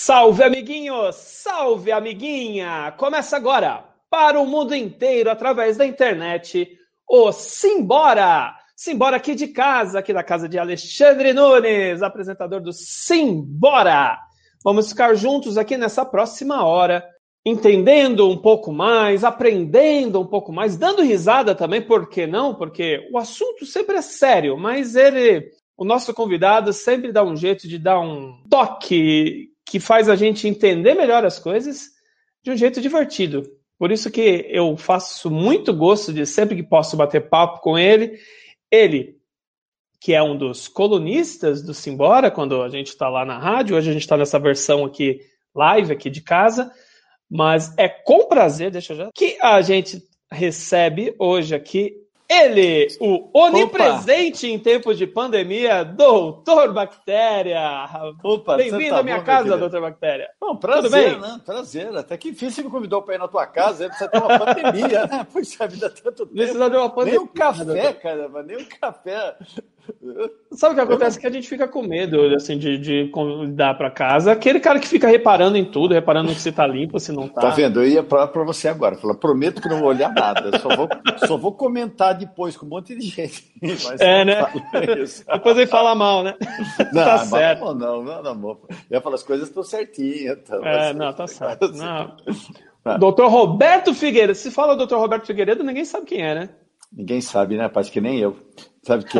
Salve, amiguinho! Salve, amiguinha! Começa agora, para o mundo inteiro, através da internet, o Simbora! Simbora aqui de casa, aqui da casa de Alexandre Nunes, apresentador do Simbora! Vamos ficar juntos aqui nessa próxima hora, entendendo um pouco mais, aprendendo um pouco mais, dando risada também, por que não? Porque o assunto sempre é sério, mas o nosso convidado sempre dá um jeito de dar um toque que faz a gente entender melhor as coisas de um jeito divertido. Por isso que eu faço muito gosto de sempre que posso bater papo com ele. Ele, que é um dos colunistas do Simbora, quando a gente está lá na rádio, hoje a gente está nessa versão aqui, live aqui de casa, mas é com prazer, que a gente recebe hoje aqui ele, o onipresente em tempos de pandemia, Doutor Bactéria. Opa, bem-vindo à minha casa, Doutor Bactéria. Bom, prazer, tudo bem? Né? Prazer. Até que enfim você me convidou para ir na tua casa, precisa ter uma pandemia, né? Puxa vida, tanto tempo. Precisa de uma pandemia. Nem um café, caramba, nem um café. Sabe o que acontece? Que a gente fica com medo, assim, de convidar para casa. Aquele cara que fica reparando em tudo, reparando se tá limpo, se não tá. Tá vendo? Eu ia falar para você agora. Falar, prometo que não vou olhar nada. Só vou comentar depois com um monte de gente. Mas né? Depois ele fala mal, né? Não, tá certo. Não, amor. Eu ia falar, as coisas estão certinhas. Então, não, tá certo. Não. Doutor Roberto Figueiredo. Se fala Doutor Roberto Figueiredo, ninguém sabe quem é, né? Ninguém sabe, né? Acho que nem eu. Sabe que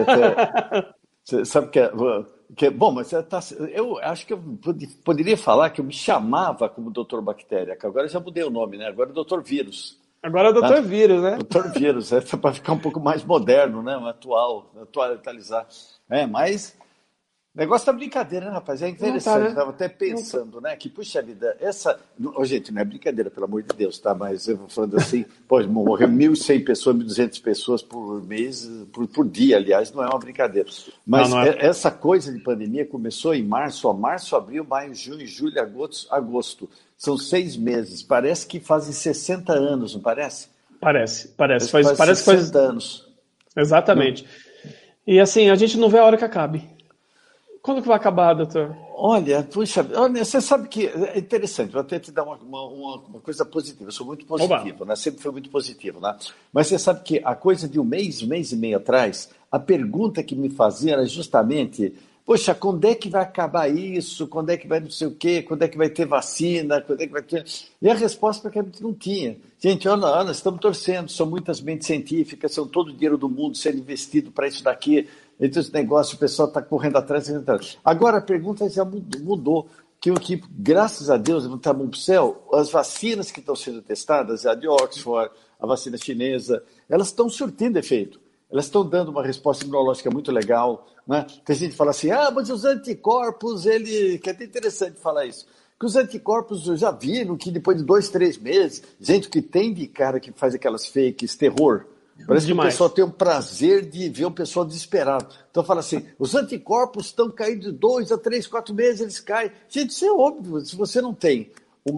até. Sabe que bom, mas eu acho que eu poderia falar que eu me chamava como Doutor Bactéria, que agora eu já mudei o nome, né? Agora é Doutor Vírus. Agora é Doutor Vírus, né? Doutor Vírus, para ficar um pouco mais moderno, né? Atualizar. Mas o negócio tá brincadeira, né, rapaz? É interessante. Eu estava até pensando, né? Que, puxa vida, gente, não é brincadeira, pelo amor de Deus, tá? Mas eu vou falando assim, pode morrer 1.100 pessoas, 1.200 pessoas por mês, por dia, aliás, não é uma brincadeira. Mas não é. Essa coisa de pandemia começou em março, abril, maio, junho, julho, agosto. São 6 meses. Parece que fazem 60 anos, não parece? Parece. Parece que faz 60 anos. Exatamente. E assim, a gente não vê a hora que acabe. Quando que vai acabar, doutor? Olha, você sabe que é interessante, vou até te dar uma coisa positiva. Eu sou muito positivo, né? Sempre fui muito positivo, né? Mas você sabe que a coisa de um mês e meio atrás, a pergunta que me fazia era justamente: poxa, quando é que vai acabar isso? Quando é que vai não sei o quê? Quando é que vai ter vacina? Quando é que vai ter... E a resposta que a gente não tinha. Gente, olha, nós estamos torcendo, são muitas mentes científicas, são todo o dinheiro do mundo sendo investido para isso daqui. Entre os negócios, o pessoal está correndo atrás. Agora a pergunta já mudou. Que graças a Deus, não está bom para o céu, as vacinas que estão sendo testadas, a de Oxford, a vacina chinesa, elas estão surtindo efeito. Elas estão dando uma resposta imunológica muito legal. Né? Tem gente que fala assim, mas os anticorpos, que é até interessante falar isso, que os anticorpos já viram que depois de 2, 3 meses, gente que tem de cara que faz aquelas fakes, terror, parece que o pessoal tem um prazer de ver o pessoal desesperado. Então fala assim, os anticorpos estão caindo de 2 a 3, 4 meses, eles caem. Gente, isso é óbvio, se você não tem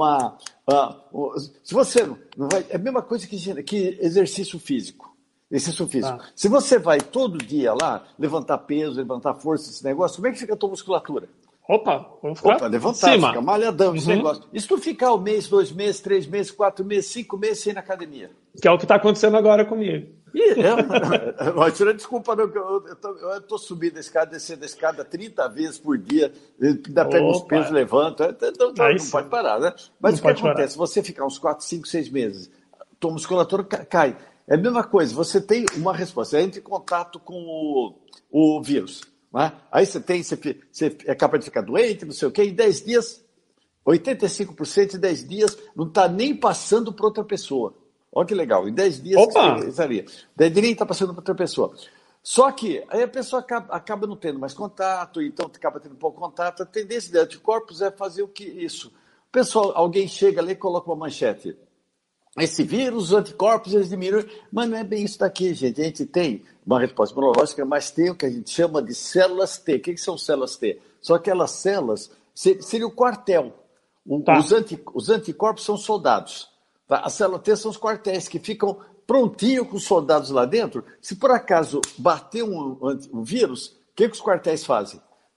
se você não vai... É a mesma coisa que exercício físico. Se você vai todo dia lá, levantar peso, levantar força, esse negócio, como é que fica a tua musculatura? Levantar, fica malhadão esse negócio. E se tu ficar 1 mês, 2 meses, 3 meses, 4 meses, 5 meses sem ir na academia? Que é o que está acontecendo agora comigo. Mas não é desculpa, não, que eu estou subindo a escada, descendo a escada 30 vezes por dia, ainda pego os pesos, levanto, não pode parar, né? Mas o que acontece? Você ficar uns 4, 5, 6 meses, tua musculatura cai. É a mesma coisa, você tem uma resposta, você entra em contato com o vírus. Né? Aí você é capaz de ficar doente, não sei o quê, em 10 dias, 85% em 10 dias não está nem passando para outra pessoa. Olha que legal, em 10 dias você estaria. 10 dias nem está passando para outra pessoa. Só que aí a pessoa acaba não tendo mais contato, então acaba tendo pouco contato. A tendência de anticorpos é fazer o que isso? Alguém chega ali e coloca uma manchete. Esse vírus, os anticorpos, eles diminuem. Mas não é bem isso daqui, gente. A gente tem uma resposta imunológica, mas tem o que a gente chama de células T. O que são células T? São aquelas células, seria o quartel. Os anticorpos são soldados. Tá? As células T são os quartéis que ficam prontinhos com os soldados lá dentro. Se por acaso bater um vírus, o que os quartéis fazem?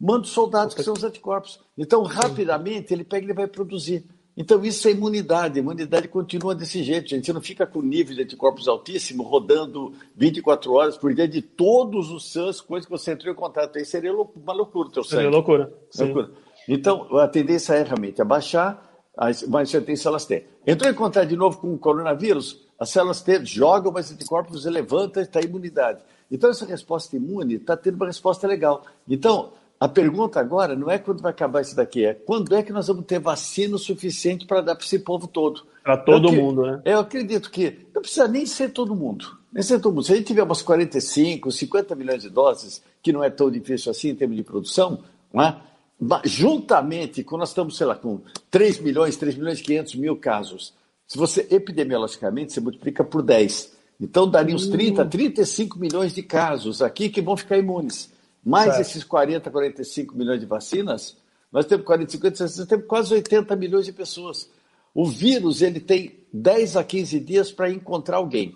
manda os soldados que são os anticorpos. Então, rapidamente, ele pega e ele vai produzir. Então, isso é imunidade. A imunidade continua desse jeito. A gente não fica com nível de anticorpos altíssimo, rodando 24 horas por dia de todos os SANs, coisas que você entrou em contato. Aí seria uma loucura o teu sangue. Seria loucura. Então, a tendência é realmente abaixar, mas você tem células T. Entrou em contato de novo com o coronavírus, as células T jogam mais anticorpos, levanta e está a imunidade. Então, essa resposta imune está tendo uma resposta legal. Então, a pergunta agora não é quando vai acabar isso daqui, é quando é que nós vamos ter vacina o suficiente para dar para esse povo todo. Para todo mundo, né? Eu acredito que não precisa nem ser todo mundo. Nem ser todo mundo. Se a gente tiver umas 45, 50 milhões de doses, que não é tão difícil assim em termos de produção, não é? Juntamente, quando nós estamos, sei lá, com 3 milhões e 500 mil casos, se você, epidemiologicamente, você multiplica por 10. Então, daria uns 35 milhões de casos aqui que vão ficar imunes. Mais esses 45 milhões de vacinas, nós temos 45, nós temos quase 80 milhões de pessoas. O vírus, ele tem 10 a 15 dias para encontrar alguém.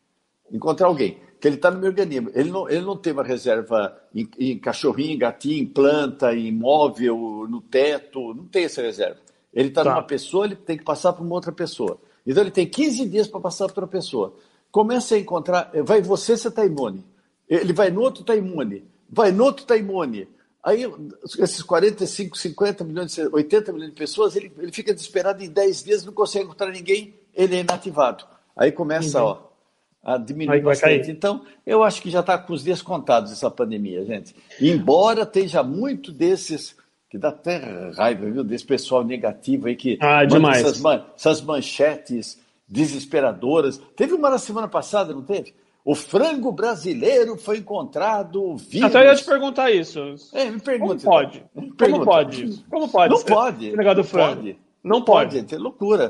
Que ele está no meu organismo. Ele não tem uma reserva em cachorrinho, em gatinho, em planta, em móvel, no teto, não tem essa reserva. Ele está numa pessoa, ele tem que passar para uma outra pessoa. Então ele tem 15 dias para passar para outra pessoa. Começa a encontrar, você está imune. Ele vai no outro, está imune. Vai no outro, está imune. Aí esses 45, 50 milhões, 80 milhões de pessoas, ele fica desesperado em 10 dias, não consegue encontrar ninguém, ele é inativado. Aí começa, a diminuir bastante. Então, eu acho que já está com os dias contados essa pandemia, gente. Embora tenha muito desses, que dá até raiva, viu, desse pessoal negativo aí que demais. Essas manchetes desesperadoras. Teve uma na semana passada, não teve? O frango brasileiro foi encontrado vírus. Até eu ia te perguntar isso. Me pergunta. Como pode? Como pode? Não pode. O negócio do frango. Não pode. É loucura.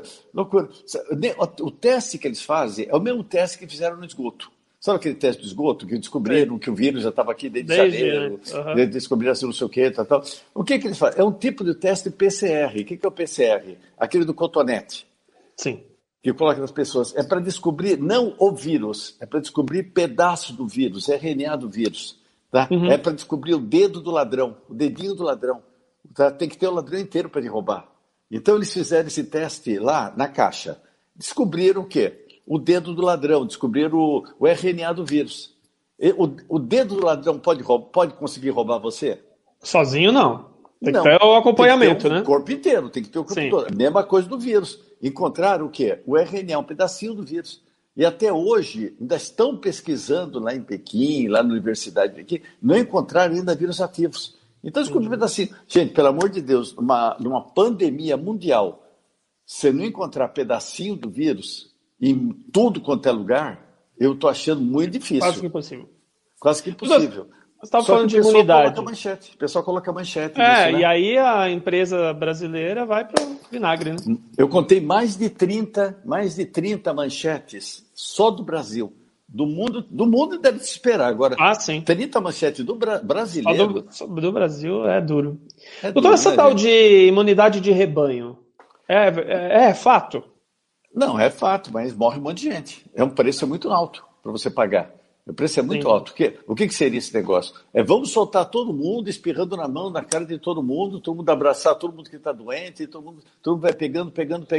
O teste que eles fazem é o mesmo teste que fizeram no esgoto. Sabe aquele teste do esgoto que descobriram que o vírus já estava aqui desde janeiro, descobriram assim, não sei o que, tal. O que eles fazem? É um tipo de teste PCR. O que é o PCR? Aquele do cotonete. Sim. Que coloca nas pessoas. É para descobrir, não o vírus, é para descobrir pedaço do vírus, RNA do vírus. Tá? É para descobrir o dedo do ladrão, o dedinho do ladrão. Tá? Tem que ter o ladrão inteiro para ele roubar. Então, eles fizeram esse teste lá na caixa. Descobriram o quê? O dedo do ladrão, descobriram o RNA do vírus. O dedo do ladrão pode conseguir roubar você? Sozinho, não. Tem que ter o acompanhamento, né? O corpo inteiro, tem que ter o corpo todo. A mesma coisa do vírus. Encontraram o quê? O RNA, um pedacinho do vírus. E até hoje, ainda estão pesquisando lá em Pequim, lá na Universidade de Pequim, não encontraram ainda vírus ativos. Então, descobriram um pedacinho. Gente, pelo amor de Deus, numa pandemia mundial, você não encontrar pedacinho do vírus em tudo quanto é lugar, eu estou achando muito difícil. Quase que impossível. Você estava falando de imunidade. O pessoal coloca manchete. Nisso, né? E aí a empresa brasileira vai para o vinagre, né? Eu contei mais de 30 manchetes só do Brasil. Do mundo deve se esperar. Agora, 30 manchetes do brasileiro. Do Brasil é duro. Doutor, essa tal de imunidade de rebanho, é fato? Não, é fato, mas morre um monte de gente. É um preço muito alto para você pagar. O preço é muito alto. O que seria esse negócio? Vamos soltar todo mundo, espirrando na mão, na cara de todo mundo abraçar todo mundo que está doente, todo mundo vai pegando.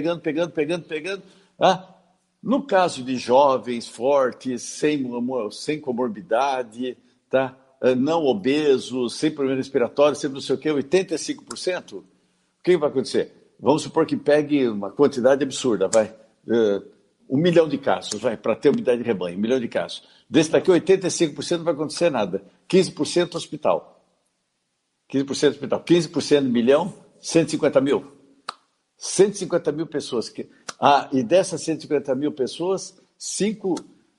No caso de jovens, fortes, sem comorbidade, tá? Não obesos, sem problema respiratório, sem não sei o quê, 85%, o que vai acontecer? Vamos supor que pegue uma quantidade absurda, 1 milhão de casos, para ter imunidade de rebanho, 1 milhão de casos. Desse daqui, 85% não vai acontecer nada. 15% hospital. 15% de milhão, 150 mil. 150 mil pessoas. E dessas 150 mil pessoas, 5...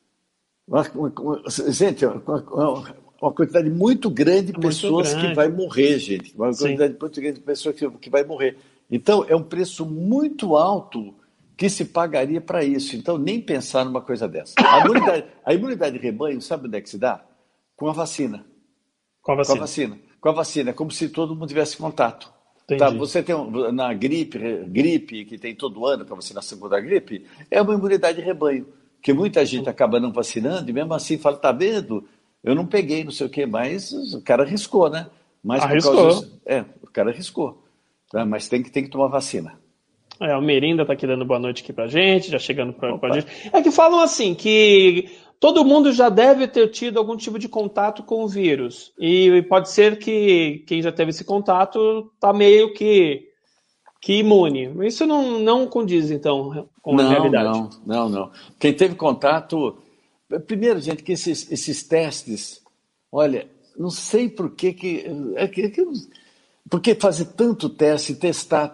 Gente, uma quantidade muito grande de pessoas que vai morrer, gente. Uma quantidade muito grande de pessoas que vai morrer. Então, é um preço muito alto que se pagaria para isso. Então, nem pensar numa coisa dessa. A imunidade de rebanho, sabe onde é que se dá? Com a vacina. Com a vacina. É como se todo mundo tivesse contato. Tá, você tem na gripe que tem todo ano para vacinação contra a gripe, é uma imunidade de rebanho. Que muita gente acaba não vacinando e mesmo assim fala, tá vendo? Eu não peguei, não sei o quê, mas o cara arriscou, né? Mas Arriscou. por causa disso, o cara arriscou. Tá? Mas tem que tomar vacina. O Merinda tá aqui dando boa noite aqui pra gente, já chegando pra gente. É que falam assim, que todo mundo já deve ter tido algum tipo de contato com o vírus. E pode ser que quem já teve esse contato tá meio que imune. Isso não condiz, então, com a realidade. Não. Quem teve contato... Primeiro, gente, que esses testes... Olha, não sei por que... Por que fazer tanto teste, testar?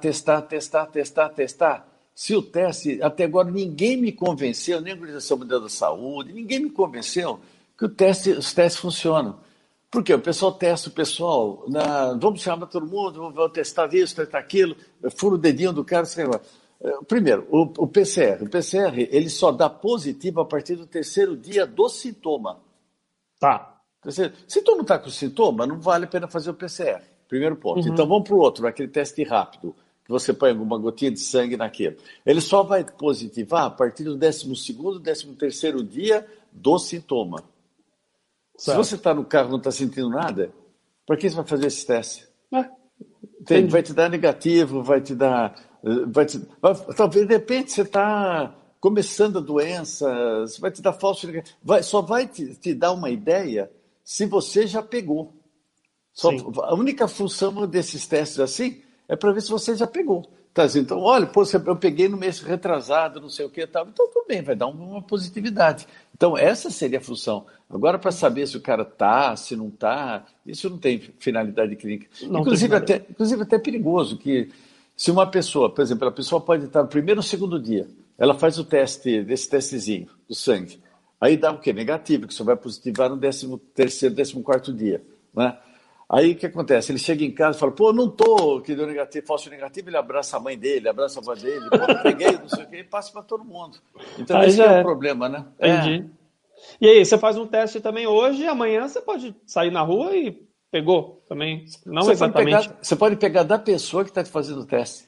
Se o teste, até agora ninguém me convenceu, nem a Organização Mundial da Saúde, ninguém me convenceu que os testes funcionam. Por quê? O pessoal testa vamos chamar todo mundo, vamos testar isso, testar aquilo, fura o dedinho do cara, esse negócio. Primeiro, o PCR, ele só dá positivo a partir do 3º dia do sintoma. Tá. Se tu não está com sintoma, não vale a pena fazer o PCR. Primeiro ponto. Então vamos para o outro, aquele teste rápido, que você põe alguma gotinha de sangue naquilo. Ele só vai positivar a partir do 12º, 13º dia do sintoma. Certo. Se você está no carro e não está sentindo nada, para que você vai fazer esse teste? Vai te dar negativo, vai te dar... talvez, de repente, você está começando a doença, vai te dar falso negativo. Só vai te dar uma ideia se você já pegou. A única função desses testes assim é para ver se você já pegou. Tá, então, olha, eu peguei no mês retrasado, não sei o que e tal. Então, tudo bem, vai dar uma positividade. Então, essa seria a função. Agora, para saber se o cara tá, se não tá, isso não tem finalidade clínica. Inclusive, até é perigoso que se uma pessoa, por exemplo, a pessoa pode estar no primeiro ou segundo dia, ela faz o teste, desse testezinho do sangue. Aí dá o quê? Negativo, que só vai positivar no 13º, 14º dia, né? Aí o que acontece? Ele chega em casa e fala, não tô, que deu negativo, falso negativo, ele abraça a mãe dele, abraça a avó dele, não peguei, não sei o que, e passa para todo mundo. Então esse é o problema, né? Entendi. E aí, você faz um teste também hoje, amanhã você pode sair na rua e pegou também, não você exatamente. Você pode pegar da pessoa que está te fazendo o teste.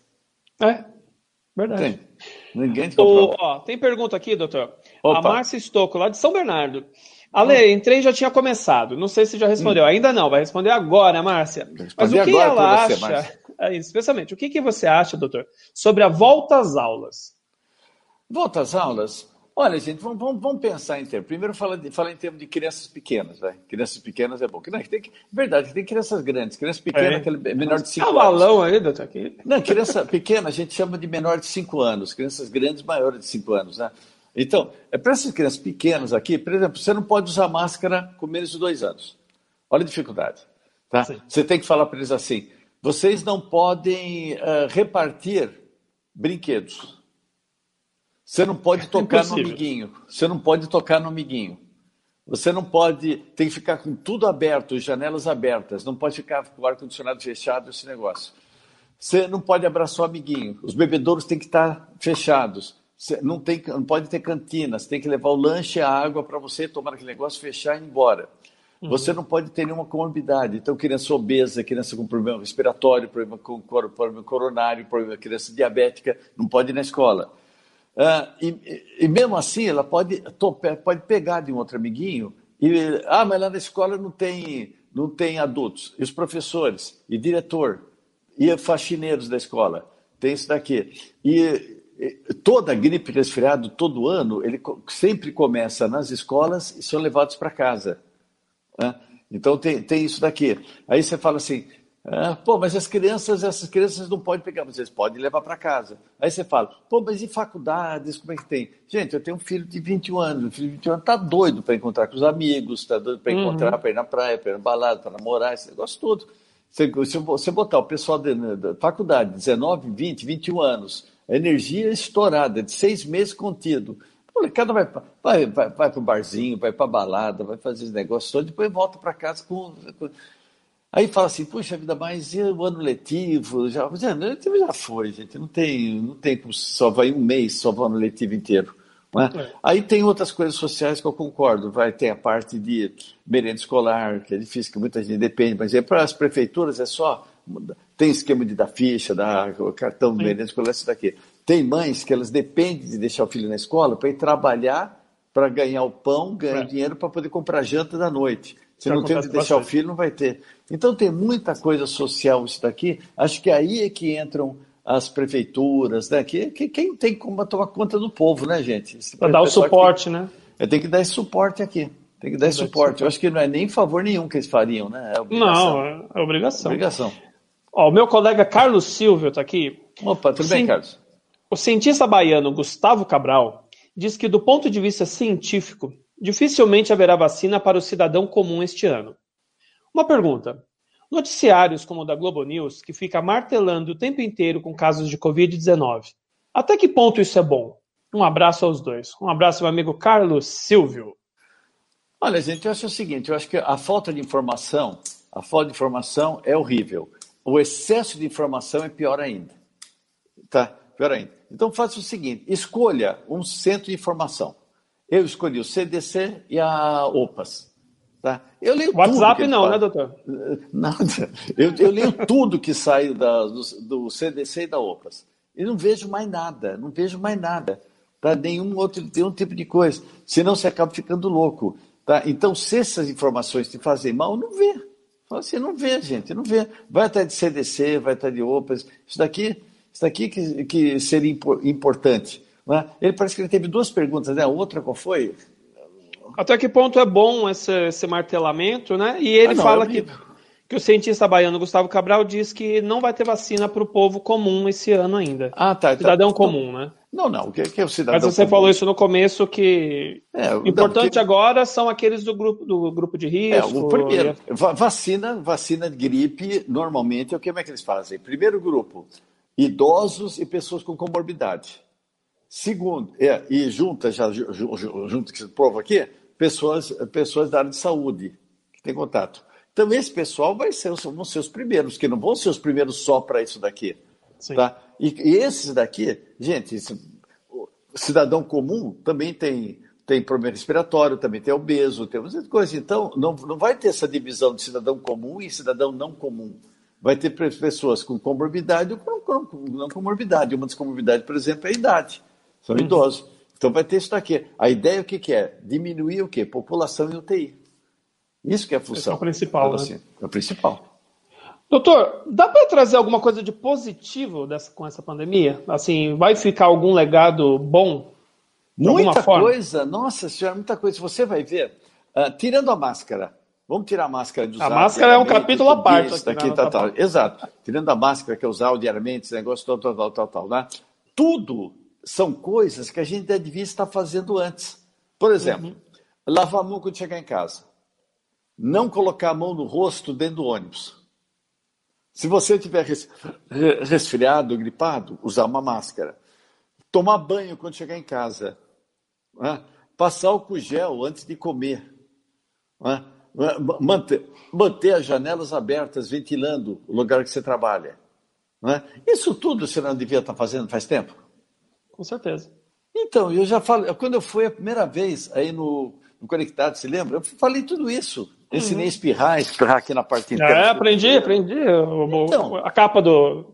Verdade. Ninguém te comprova. Tem pergunta aqui, doutor. Opa. A Márcia Stocco, lá de São Bernardo. Ale, entrei e já tinha começado. Não sei se já respondeu. Ainda não, vai responder agora, Márcia. Mas o que ela acha, especialmente, o que você acha, doutor, sobre a volta às aulas? Volta às aulas? Olha, gente, vamos pensar em termos. Primeiro, fala em termos de crianças pequenas, vai. Crianças pequenas é bom. Verdade, tem crianças grandes. Criança pequena, aquele menor de 5 anos. Cavalão aí, doutor. Aqui. Não, criança pequena a gente chama de menor de 5 anos. Crianças grandes, maiores de 5 anos, né? Então, para essas crianças pequenas aqui, por exemplo, você não pode usar máscara com menos de 2 anos. Olha a dificuldade. Tá? Você tem que falar para eles assim, vocês não podem repartir brinquedos. Você não pode tocar no amiguinho. Você não pode tocar no amiguinho. Você não pode... Tem que ficar com tudo aberto, janelas abertas. Não pode ficar com o ar-condicionado fechado, esse negócio. Você não pode abraçar o amiguinho. Os bebedouros têm que estar fechados. Não pode ter cantina, você tem que levar o lanche e a água para você tomar aquele negócio, fechar e ir embora. Você não pode ter nenhuma comorbidade. Então, criança obesa, criança com problema respiratório, problema coronário, criança diabética, não pode ir na escola. E mesmo assim, ela pode pegar de um outro amiguinho mas lá na escola não tem adultos. E os professores, e diretor, e faxineiros da escola. Tem isso daqui. E toda gripe resfriado, todo ano, ele sempre começa nas escolas e são levados para casa. Né? Então tem isso daqui. Aí você fala assim, mas essas crianças não podem pegar, vocês podem levar para casa. Aí você fala, mas e faculdades, como é que tem? Gente, eu tenho um filho de 21 anos, o filho de 21 anos está doido para encontrar com os amigos, está doido para encontrar, para ir na praia, para ir na balada, para namorar, esse negócio todo. Se você botar o pessoal da faculdade, 19, 20, 21 anos, a energia estourada, de 6 meses contido. O molecada vai para o barzinho, vai para a balada, vai fazer os negócios todos, depois volta para casa com... Aí fala assim, puxa vida, mas e o ano letivo? O ano letivo já foi, gente. Não tem como só vai um mês, só vai o ano letivo inteiro. Né? Aí tem outras coisas sociais que eu concordo. Ter a parte de merenda escolar, que é difícil, que muita gente depende, mas para as prefeituras é só... Tem esquema de dar ficha, dar cartão de merenda escolar, isso daqui. Tem mães que elas dependem de deixar o filho na escola para ir trabalhar, para ganhar o pão, ganhar o dinheiro para poder comprar janta da noite. Se não tem onde deixar o filho, não vai ter. Então tem muita coisa social isso daqui. Acho que aí é que entram as prefeituras, né? Quem tem como tomar conta do povo, né, gente? Para dar o suporte, né? Tem que dar esse suporte aqui. Tem que dar esse suporte. Eu acho que não é nem favor nenhum que eles fariam, né? É obrigação. Não, é obrigação. Obrigação. Ó, o meu colega Carlos Silvio está aqui. Opa, tudo bem, Carlos? O cientista baiano Gustavo Cabral diz que, do ponto de vista científico, dificilmente haverá vacina para o cidadão comum este ano. Uma pergunta. Noticiários como o da Globo News, que fica martelando o tempo inteiro com casos de Covid-19. Até que ponto isso é bom? Um abraço aos dois. Um abraço, meu amigo Carlos Silvio. Olha, gente, eu acho o seguinte, eu acho que a falta de informação é horrível. O excesso de informação é pior ainda. Tá? Pior ainda. Então faça o seguinte, escolha um centro de informação. Eu escolhi o CDC e a OPAS. Tá? Eu leio WhatsApp tudo não, né, doutor? Nada. Eu leio tudo que sai do CDC e da OPAS. E não vejo mais nada. Tá? Nenhum tipo de coisa. Senão você acaba ficando louco. Tá? Então, se essas informações te fazem mal, não vê. Você não vê, gente, não vê. Vai até de CDC, vai até de OPAS. Isso daqui que seria importante. Né? Ele parece que ele teve 2 perguntas, né? A outra qual foi? Até que ponto é bom esse martelamento, né? E ele fala que o cientista baiano Gustavo Cabral diz que não vai ter vacina para o povo comum esse ano ainda. Tá. Cidadão comum, né? Não. O que é o cidadão comum? Mas você falou isso no começo, que o importante agora são aqueles do grupo de risco. O primeiro, vacina de gripe, normalmente, como é que eles fazem? Primeiro grupo, idosos e pessoas com comorbidade. Segundo, e junto que se prova aqui, pessoas da área de saúde, que tem contato. Então, esse pessoal vão ser os primeiros, que não vão ser os primeiros só para isso daqui. Tá? E esses daqui, gente, cidadão comum também tem problema respiratório, também tem obeso, tem muitas coisas. Então, não vai ter essa divisão de cidadão comum e cidadão não comum. Vai ter pessoas com comorbidade ou com não comorbidade. Uma das comorbidades, por exemplo, é a idade. São idosos. Então vai ter isso daqui. A ideia o que é? Diminuir o quê? População em UTI. Isso que é a função. Esse é o principal, né? É o principal. Doutor, dá para trazer alguma coisa de positivo com essa pandemia? Assim, vai ficar algum legado bom? Muita coisa. Nossa senhora, muita coisa. Você vai ver, tirando a máscara. Vamos tirar a máscara de usar. A máscara é um capítulo à parte. Tal. Exato. Tirando a máscara que é usar diariamente, esse negócio tal, né? Tudo são coisas que a gente devia estar fazendo antes. Por exemplo, lavar a mão quando chegar em casa. Não colocar a mão no rosto dentro do ônibus. Se você tiver resfriado, gripado, usar uma máscara. Tomar banho quando chegar em casa. Né? Passar álcool gel antes de comer. Né? Manter as janelas abertas, ventilando o lugar que você trabalha. Né? Isso tudo você não devia estar fazendo faz tempo? Com certeza. Então, eu já falei, quando eu fui a primeira vez aí no Conectado, se lembra? Eu falei tudo isso. Ensinei a espirrar aqui na parte interna. Aprendi. Então, a capa do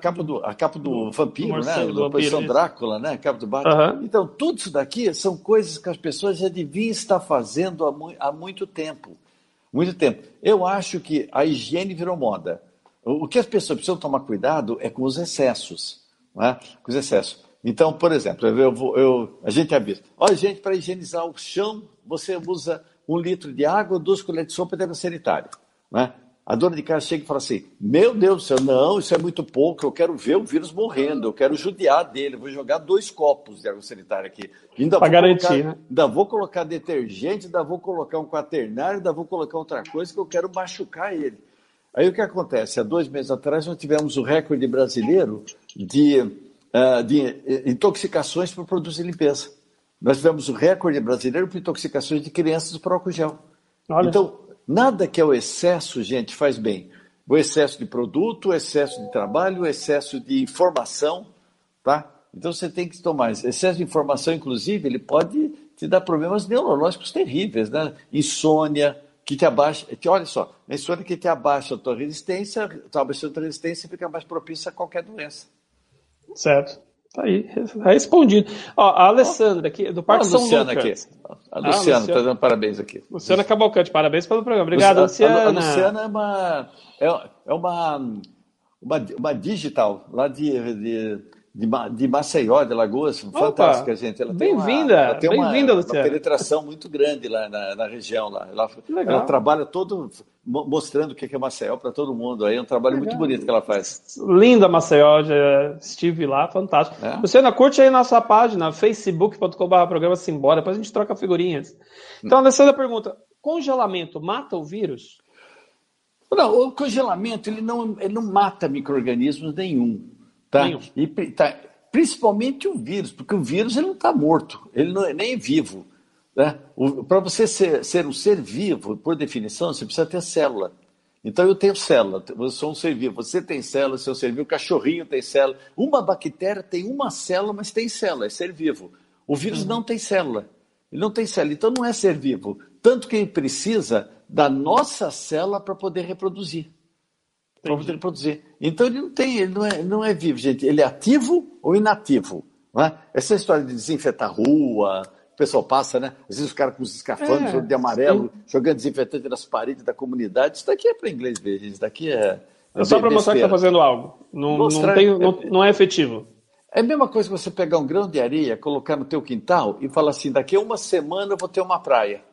vampiro, né? Da posição Drácula, né? A capa do Batman. Então, tudo isso daqui são coisas que as pessoas já deviam estar fazendo há muito tempo. Muito tempo. Eu acho que a higiene virou moda. O que as pessoas precisam tomar cuidado é com os excessos. Né? Com os excessos. Então, por exemplo, a gente avisa. Olha, gente, para higienizar o chão, você usa 1 litro de água, 2 colheres de sopa de água sanitária. Né? A dona de casa chega e fala assim, meu Deus do céu, não, isso é muito pouco, eu quero ver o vírus morrendo, eu quero judiar dele, eu vou jogar 2 copos de água sanitária aqui. Para garantir, né? Ainda vou colocar detergente, ainda vou colocar um quaternário, ainda vou colocar outra coisa que eu quero machucar ele. Aí o que acontece? Há 2 meses atrás nós tivemos o recorde brasileiro de intoxicações por produtos de limpeza. Nós tivemos o recorde brasileiro por intoxicações de crianças por álcool gel. Olha. Então, nada que é o excesso, gente, faz bem. O excesso de produto, o excesso de trabalho, o excesso de informação, tá? Então você tem que tomar. Excesso de informação, inclusive, ele pode te dar problemas neurológicos terríveis, né? Insônia, que te abaixa. Olha só, a insônia que te abaixa a tua resistência, tu abaixa a tua resistência e fica mais propícia a qualquer doença. Certo. Tá aí, respondido. Ó, a Alessandra aqui, do Parque São Luciana Lucas. aqui. A Luciana está dando parabéns aqui. Luciana Cavalcante, parabéns pelo programa. Obrigado, Luciana. A Luciana é uma digital lá de Maceió, de Alagoas, fantástica, gente. Bem-vinda, bem-vinda, Luciana. Uma penetração muito grande lá na região. Lá. Ela trabalha todo mostrando o que é Maceió para todo mundo. Aí é um trabalho muito bonito que ela faz. Linda Maceió, já estive lá, fantástico. Luciana, curte aí nossa página, facebook.com/programa Simbora, depois a gente troca figurinhas. Então, a Alessandra pergunta, congelamento mata o vírus? Não, o congelamento ele não mata micro-organismos nenhum. Tá? Principalmente o vírus, porque o vírus ele não está morto, ele não é nem vivo. Né? Para você ser um ser vivo, por definição, você precisa ter célula. Então eu tenho célula, eu sou um ser vivo, você tem célula, seu ser vivo, o cachorrinho tem célula. Uma bactéria tem uma célula, mas tem célula, é ser vivo. O vírus não tem célula, ele não tem célula, então não é ser vivo. Tanto que ele precisa da nossa célula para poder reproduzir. Então ele não é vivo, gente. Ele é ativo ou inativo. Não é? Essa história de desinfetar rua, o pessoal passa, né? Às vezes os caras com os escafandros de amarelo, jogando desinfetante nas paredes da comunidade. Isso daqui é para inglês ver, gente. Isso daqui é só para mostrar que está fazendo algo. Não é efetivo. É a mesma coisa que você pegar um grão de areia, colocar no teu quintal e falar assim, daqui a uma semana eu vou ter uma praia.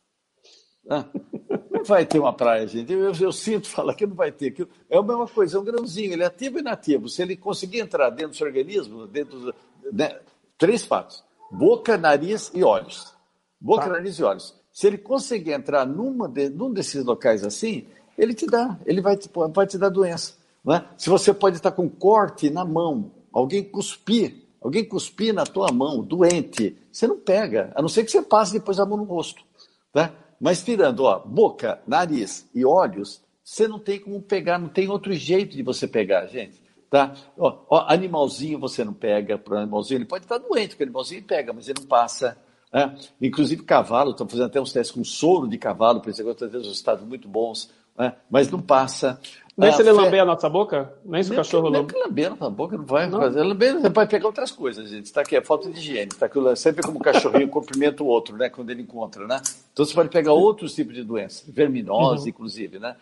Não vai ter uma praia, gente. Eu sinto falar que não vai ter. É a mesma coisa, é um grãozinho, ele é ativo e inativo. Se ele conseguir entrar dentro do seu organismo, três fatos: boca, nariz e olhos. Boca, nariz e olhos. Se ele conseguir entrar num desses locais assim, ele vai te dar doença. Não é? Se você pode estar com corte na mão, alguém cuspir na tua mão, doente, você não pega, a não ser que você passe depois a mão no rosto. Tá? Mas tirando boca, nariz e olhos, você não tem como pegar, não tem outro jeito de você pegar, gente. Tá? Animalzinho você não pega, para o animalzinho ele pode estar doente, porque o animalzinho pega, mas ele não passa. Né? Inclusive cavalo, estão fazendo até uns testes com soro de cavalo, por exemplo, às vezes resultados muito bons, né? Mas não passa. Nem se ele lamber a nossa boca? Nem se o cachorro lamber? Nem que lamber a nossa boca não vai fazer. Lamber, você pode pegar outras coisas, gente. Está aqui, é falta de higiene. Está aqui, sempre como o cachorrinho cumprimenta o outro, né? Quando ele encontra, né? Então você pode pegar outros tipos de doenças, verminose, inclusive, né?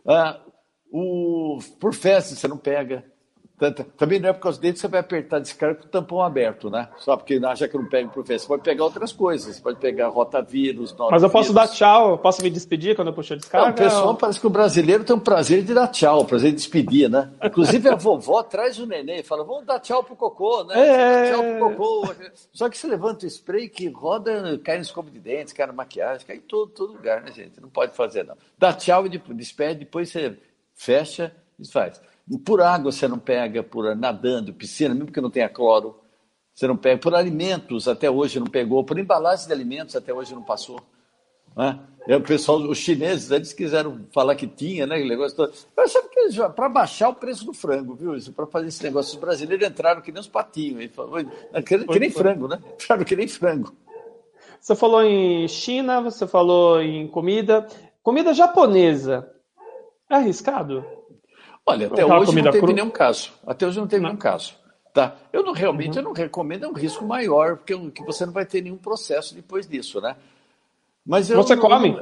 Por fezes você não pega. Também não é por causa dele que você vai apertar a descarga com o tampão aberto, né? Só porque acha que não pega por fezes. Você pode pegar outras coisas. Você pode pegar rotavírus, mas eu posso dar tchau? Posso me despedir quando eu puxar a descarga? Não, o pessoal parece que o brasileiro tem um prazer de dar tchau, prazer de despedir, né? Inclusive a vovó traz o neném e fala, vamos dar tchau pro cocô, né? Tchau pro cocô. Só que você levanta o spray que roda, cai no escova de dentes, cai na maquiagem, cai em todo lugar, né, gente? Não pode fazer, não. Dá tchau e despede, depois você fecha e faz. Por água você não pega, por nadando, piscina, mesmo que não tenha cloro, você não pega. Por alimentos, até hoje não pegou. Por embalagem de alimentos, até hoje não passou. Né? O pessoal, os chineses, eles quiseram falar que tinha, né? Negócio todo. Mas sabe que para baixar o preço do frango, viu? Para fazer esse negócio, os brasileiros entraram que nem os patinhos. Que nem frango, né? Entraram que nem frango. Você falou em China, você falou em comida. Comida japonesa. É arriscado? Olha, até hoje não teve nenhum caso. Até hoje não teve nenhum caso. Tá? Eu não recomendo, é um risco maior, porque você não vai ter nenhum processo depois disso, né? Mas você come?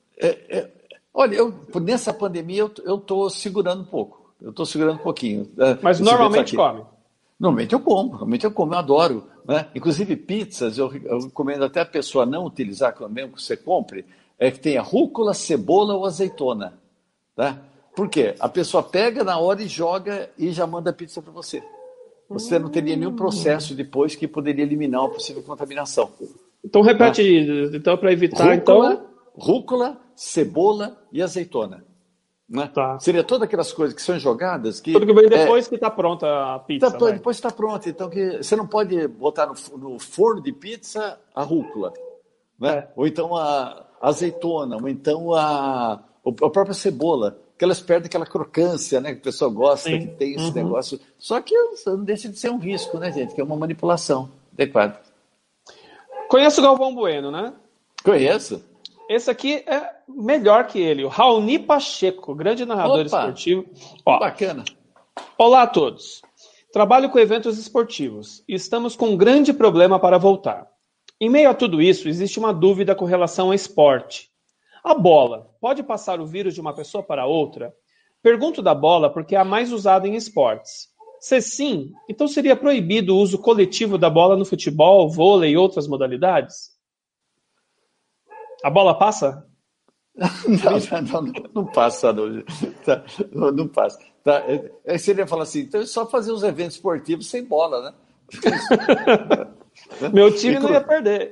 Olha, nessa pandemia eu estou segurando um pouco. Eu estou segurando um pouquinho. Mas normalmente come? Normalmente eu como, eu adoro. Né? Inclusive pizzas, eu recomendo até a pessoa não utilizar, mesmo que você compre, que tenha rúcula, cebola ou azeitona. Tá? Por quê? A pessoa pega na hora e joga e já manda a pizza para você. Você não teria nenhum processo depois que poderia eliminar uma possível contaminação. Então repete, então para evitar... Rúcula, cebola e azeitona. Né? Tá. Seria todas aquelas coisas que são jogadas... Tudo que vem depois que está pronta a pizza. Depois está pronta. Então você não pode botar no forno de pizza a rúcula. Né? Ou então a azeitona, ou então a própria cebola. Que elas perdem aquela crocância, né? Que o pessoal gosta, que tem esse negócio. Só que não deixa de ser um risco, né, gente? Que é uma manipulação adequada. Conhece o Galvão Bueno, né? Conheço. Esse aqui é melhor que ele, o Raoni Pacheco, grande narrador esportivo. Bacana. Olá a todos. Trabalho com eventos esportivos e estamos com um grande problema para voltar. Em meio a tudo isso, existe uma dúvida com relação ao esporte. A bola pode passar o vírus de uma pessoa para outra? Pergunto da bola porque é a mais usada em esportes. Se sim, então seria proibido o uso coletivo da bola no futebol, vôlei e outras modalidades? A bola passa? Não passa, não passa. Tá? Aí seria falar assim, então é só fazer os eventos esportivos sem bola, né? Meu time não ia perder.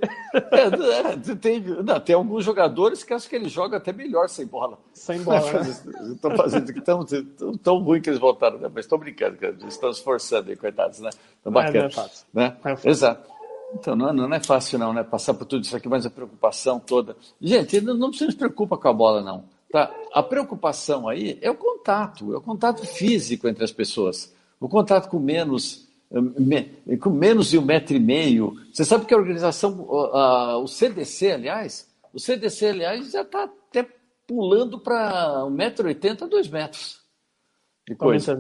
Tem alguns jogadores que acham que eles jogam até melhor sem bola. Sem bola, né? Estão fazendo tão ruim que eles voltaram, né? Mas estou brincando, estão se forçando aí, coitados, né? Bacana, não é fácil. Né? Não é fácil. Exato. Então, não é fácil não, né? Passar por tudo isso aqui, mas a preocupação toda. Gente, não se preocupa com a bola, não. Tá? A preocupação aí é o contato físico entre as pessoas. O contato com menos de 1,5 metro. Você sabe que a organização, o CDC, aliás, já está até pulando para 1,80 m a 2 metros. De coisa.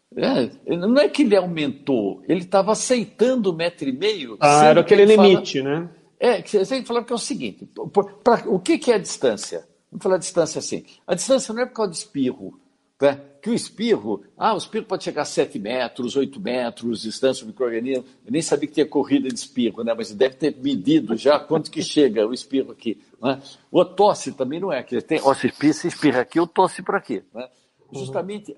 Não é que ele aumentou, ele estava aceitando 1,5 m. Era aquele limite, né? Você tem que falar que é o seguinte: o que é a distância? Vamos falar de distância assim. A distância não é por causa de espirro. Né? Que o espirro pode chegar a 7 metros, 8 metros, distância do micro-organismo. Eu nem sabia que tinha corrida de espirro, né? Mas deve ter medido já quanto que chega o espirro aqui. Né? O tosse também não é. Que se espirra aqui, eu tosse por aqui. Né? Justamente,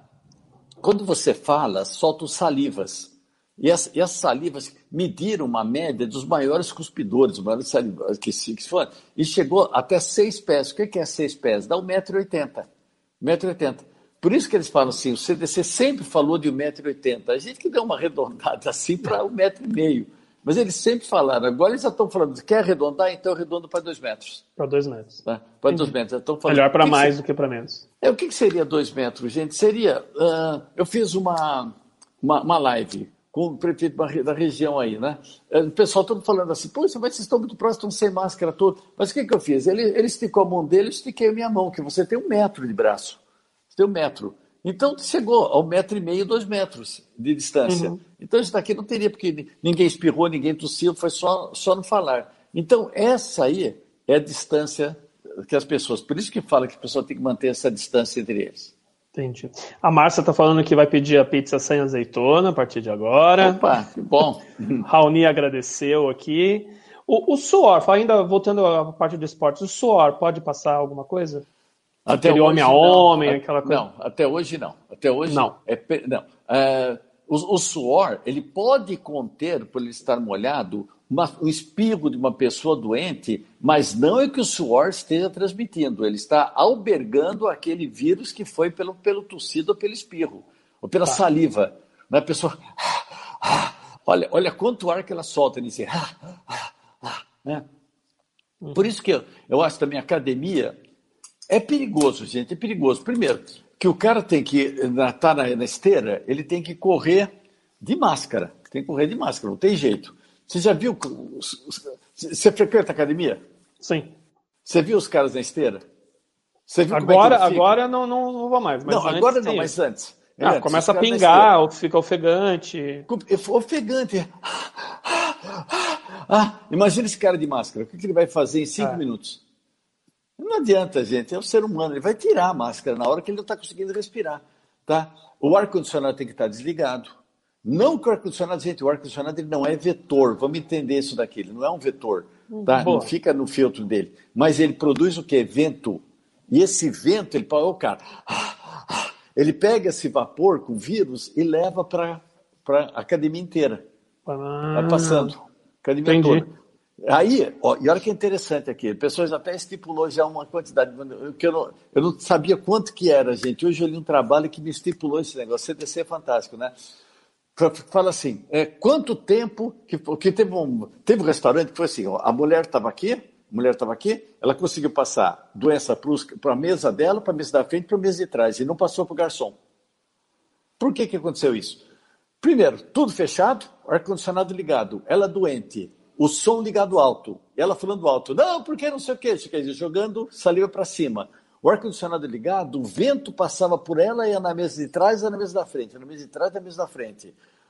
quando você fala, soltam salivas. E as salivas mediram uma média dos maiores cuspidores, os maiores salivas que se foram, e chegou até 6 pés. O que é 6 pés? Dá 1,80 m. 1,80 m. Por isso que eles falam assim, o CDC sempre falou de 1,80 m. A gente que deu uma arredondada assim para 1,5 m. Mas eles sempre falaram. Agora eles já estão falando, quer arredondar? Então eu arredondo para 2 metros. Para 2 metros. Tá? Para 2 metros. Falando, melhor para mais do que para menos. O que seria 2 metros, gente? Seria... eu fiz uma live com o prefeito da região aí, né? O pessoal todo falando assim, poxa, mas vocês estão muito próximos, estão sem máscara toda. Mas o que eu fiz? Ele esticou a mão dele, eu estiquei a minha mão, que você tem 1 metro de braço. Você tem 1 metro. Então, chegou ao 1,5 m, 2 metros de distância. Uhum. Então, isso daqui não teria, porque ninguém espirrou, ninguém tossiu, foi só no falar. Então, essa aí é a distância que as pessoas... Por isso que fala que a pessoa tem que manter essa distância entre eles. Entendi. A Márcia está falando que vai pedir a pizza sem azeitona a partir de agora. Opa, que bom. Raoni agradeceu aqui. O suor, ainda voltando à parte do esporte, o suor pode passar alguma coisa? Até aquele homem a homem, aquela coisa? Não, até hoje não. Não. O suor, ele pode conter, por ele estar molhado, um espirro de uma pessoa doente, mas não é que o suor esteja transmitindo. Ele está albergando aquele vírus que foi pelo tossido ou pelo espirro, ou pela saliva. A pessoa... Olha quanto ar que ela solta nisso. Né? Por isso que eu acho também a academia... É perigoso, gente, é perigoso. Primeiro, que o cara tem que estar na esteira, ele tem que correr de máscara. Não tem jeito. Você já viu... Você frequenta a academia? Sim. Você viu os caras na esteira? Você viu agora não vou mais. Mas não, agora não, mas antes. Começa a pingar, ou fica ofegante. Ofegante. Imagina esse cara de máscara. O que ele vai fazer em 5 minutos? Não adianta, gente, é o ser humano, ele vai tirar a máscara na hora que ele não está conseguindo respirar, tá? O ar-condicionado tem que estar desligado. Não que o ar-condicionado, gente, o ar-condicionado ele não é vetor, vamos entender isso daqui, ele não é um vetor, tá? Não fica no filtro dele, mas ele produz o quê? Vento. E esse vento, ele pega esse vapor com vírus e leva para a academia inteira. Vai passando, academia toda. Aí, e olha que interessante aqui, a pessoa já até estipulou já uma quantidade, que eu não sabia quanto que era, gente. Hoje eu li um trabalho que me estipulou esse negócio, CDC é fantástico, né? Fala assim, quanto tempo, que teve um restaurante que foi assim, a mulher estava aqui, ela conseguiu passar doença para a mesa dela, para a mesa da frente, para a mesa de trás, e não passou para o garçom. Por que aconteceu isso? Primeiro, tudo fechado, ar-condicionado ligado, ela doente, o som ligado alto, ela falando alto, não, porque não sei o quê, jogando saliva para cima. O ar-condicionado ligado, o vento passava por ela, ia na mesa de trás, ia na mesa da frente, na mesa de trás, na mesa da frente.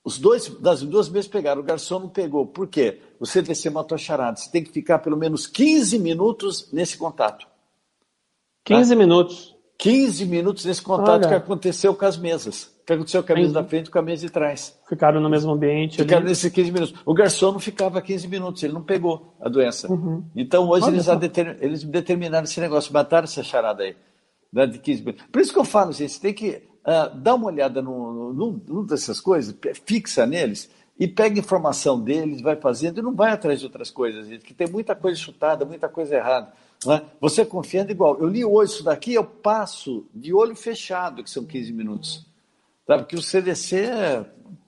Das duas mesas pegaram, o garçom não pegou. Por quê? O CDC matou a charada. Você tem que ficar pelo menos 15 minutos nesse contato. 15 minutos. 15 minutos nesse contato que aconteceu com as mesas. Que aconteceu com a mesa da frente e com a mesa de trás. Ficaram no mesmo ambiente. Ficaram nesses 15 minutos. O garçom não ficava 15 minutos, ele não pegou a doença. Então hoje eles determinaram esse negócio, mataram essa charada aí, né, de 15 minutos. Por isso que eu falo, gente, você tem que dar uma olhada num dessas coisas, fixa neles e pega a informação deles, vai fazendo e não vai atrás de outras coisas, gente, que tem muita coisa chutada, muita coisa errada. Né? Você confiando igual. Eu li hoje isso daqui, eu passo de olho fechado, que são 15 minutos. Tá? Porque o CDC é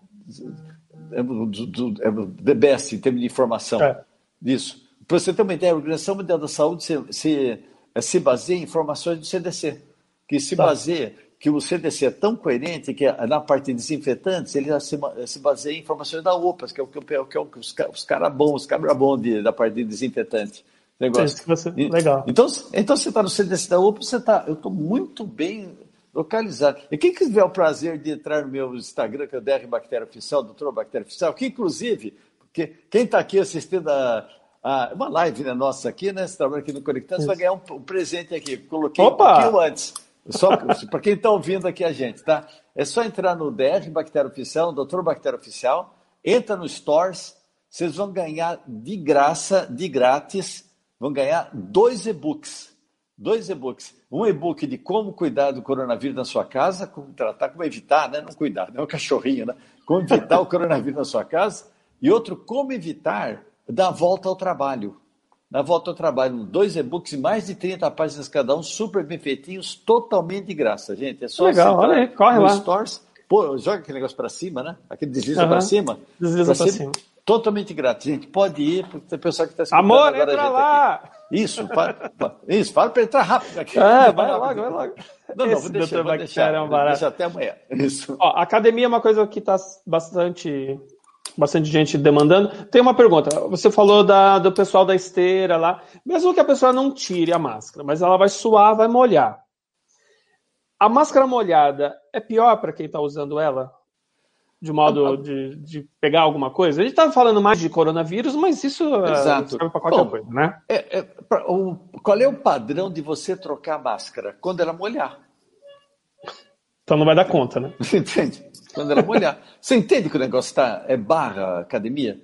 the best em termos de informação disso. Para você ter uma ideia, a Organização Mundial da Saúde se baseia em informações do CDC, que se baseia, que o CDC é tão coerente que na parte de desinfetantes ele se baseia em informações da OPAS, que é os caras bons, da parte de desinfetante. Negócio. Legal. Então você está no CDC da UPA, eu estou muito bem localizado. E quem tiver o prazer de entrar no meu Instagram, que é o DR Bactéria Oficial, Doutor Bactéria Oficial, que inclusive, porque quem está aqui assistindo uma live nossa aqui, né? Você trabalha aqui no Conectando, você vai ganhar um presente aqui. Coloquei um pouquinho antes. Só para quem está ouvindo aqui a gente, tá? É só entrar no DR Bactéria Oficial, no Doutor Bactéria Oficial, entra no Stores, vocês vão ganhar de graça, de grátis, vão ganhar 2 e-books. 2 e-books. Um e-book de como cuidar do coronavírus na sua casa, como tratar, como evitar, né? Não cuidar, não é um cachorrinho, né? Como evitar o coronavírus na sua casa. E outro, como evitar dar volta ao trabalho. Dar volta ao trabalho. 2 e-books, mais de 30 páginas cada um, super bem feitinhos, totalmente de graça, gente. É só legal, olha aí, corre lá. Stores, joga aquele negócio para cima, né? Aquele desliza para cima. Desliza para cima. Totalmente grátis. Gente, pode ir, porque tem pessoal que está escutando Amor, agora entra a gente lá! Aqui. Isso, fala para entrar rápido aqui. Vai logo. Não, vou deixar até amanhã. Isso. Ó, academia é uma coisa que está bastante gente demandando. Tem uma pergunta. Você falou do pessoal da esteira lá. Mesmo que a pessoa não tire a máscara, mas ela vai suar, vai molhar. A máscara molhada é pior para quem está usando ela? De modo de pegar alguma coisa? A gente está falando mais de coronavírus, mas isso serve para qualquer coisa, né? Qual é o padrão de você trocar a máscara? Quando ela molhar. Então não vai dar conta, né? Você entende? Quando ela molhar. Você entende que o negócio é barra academia?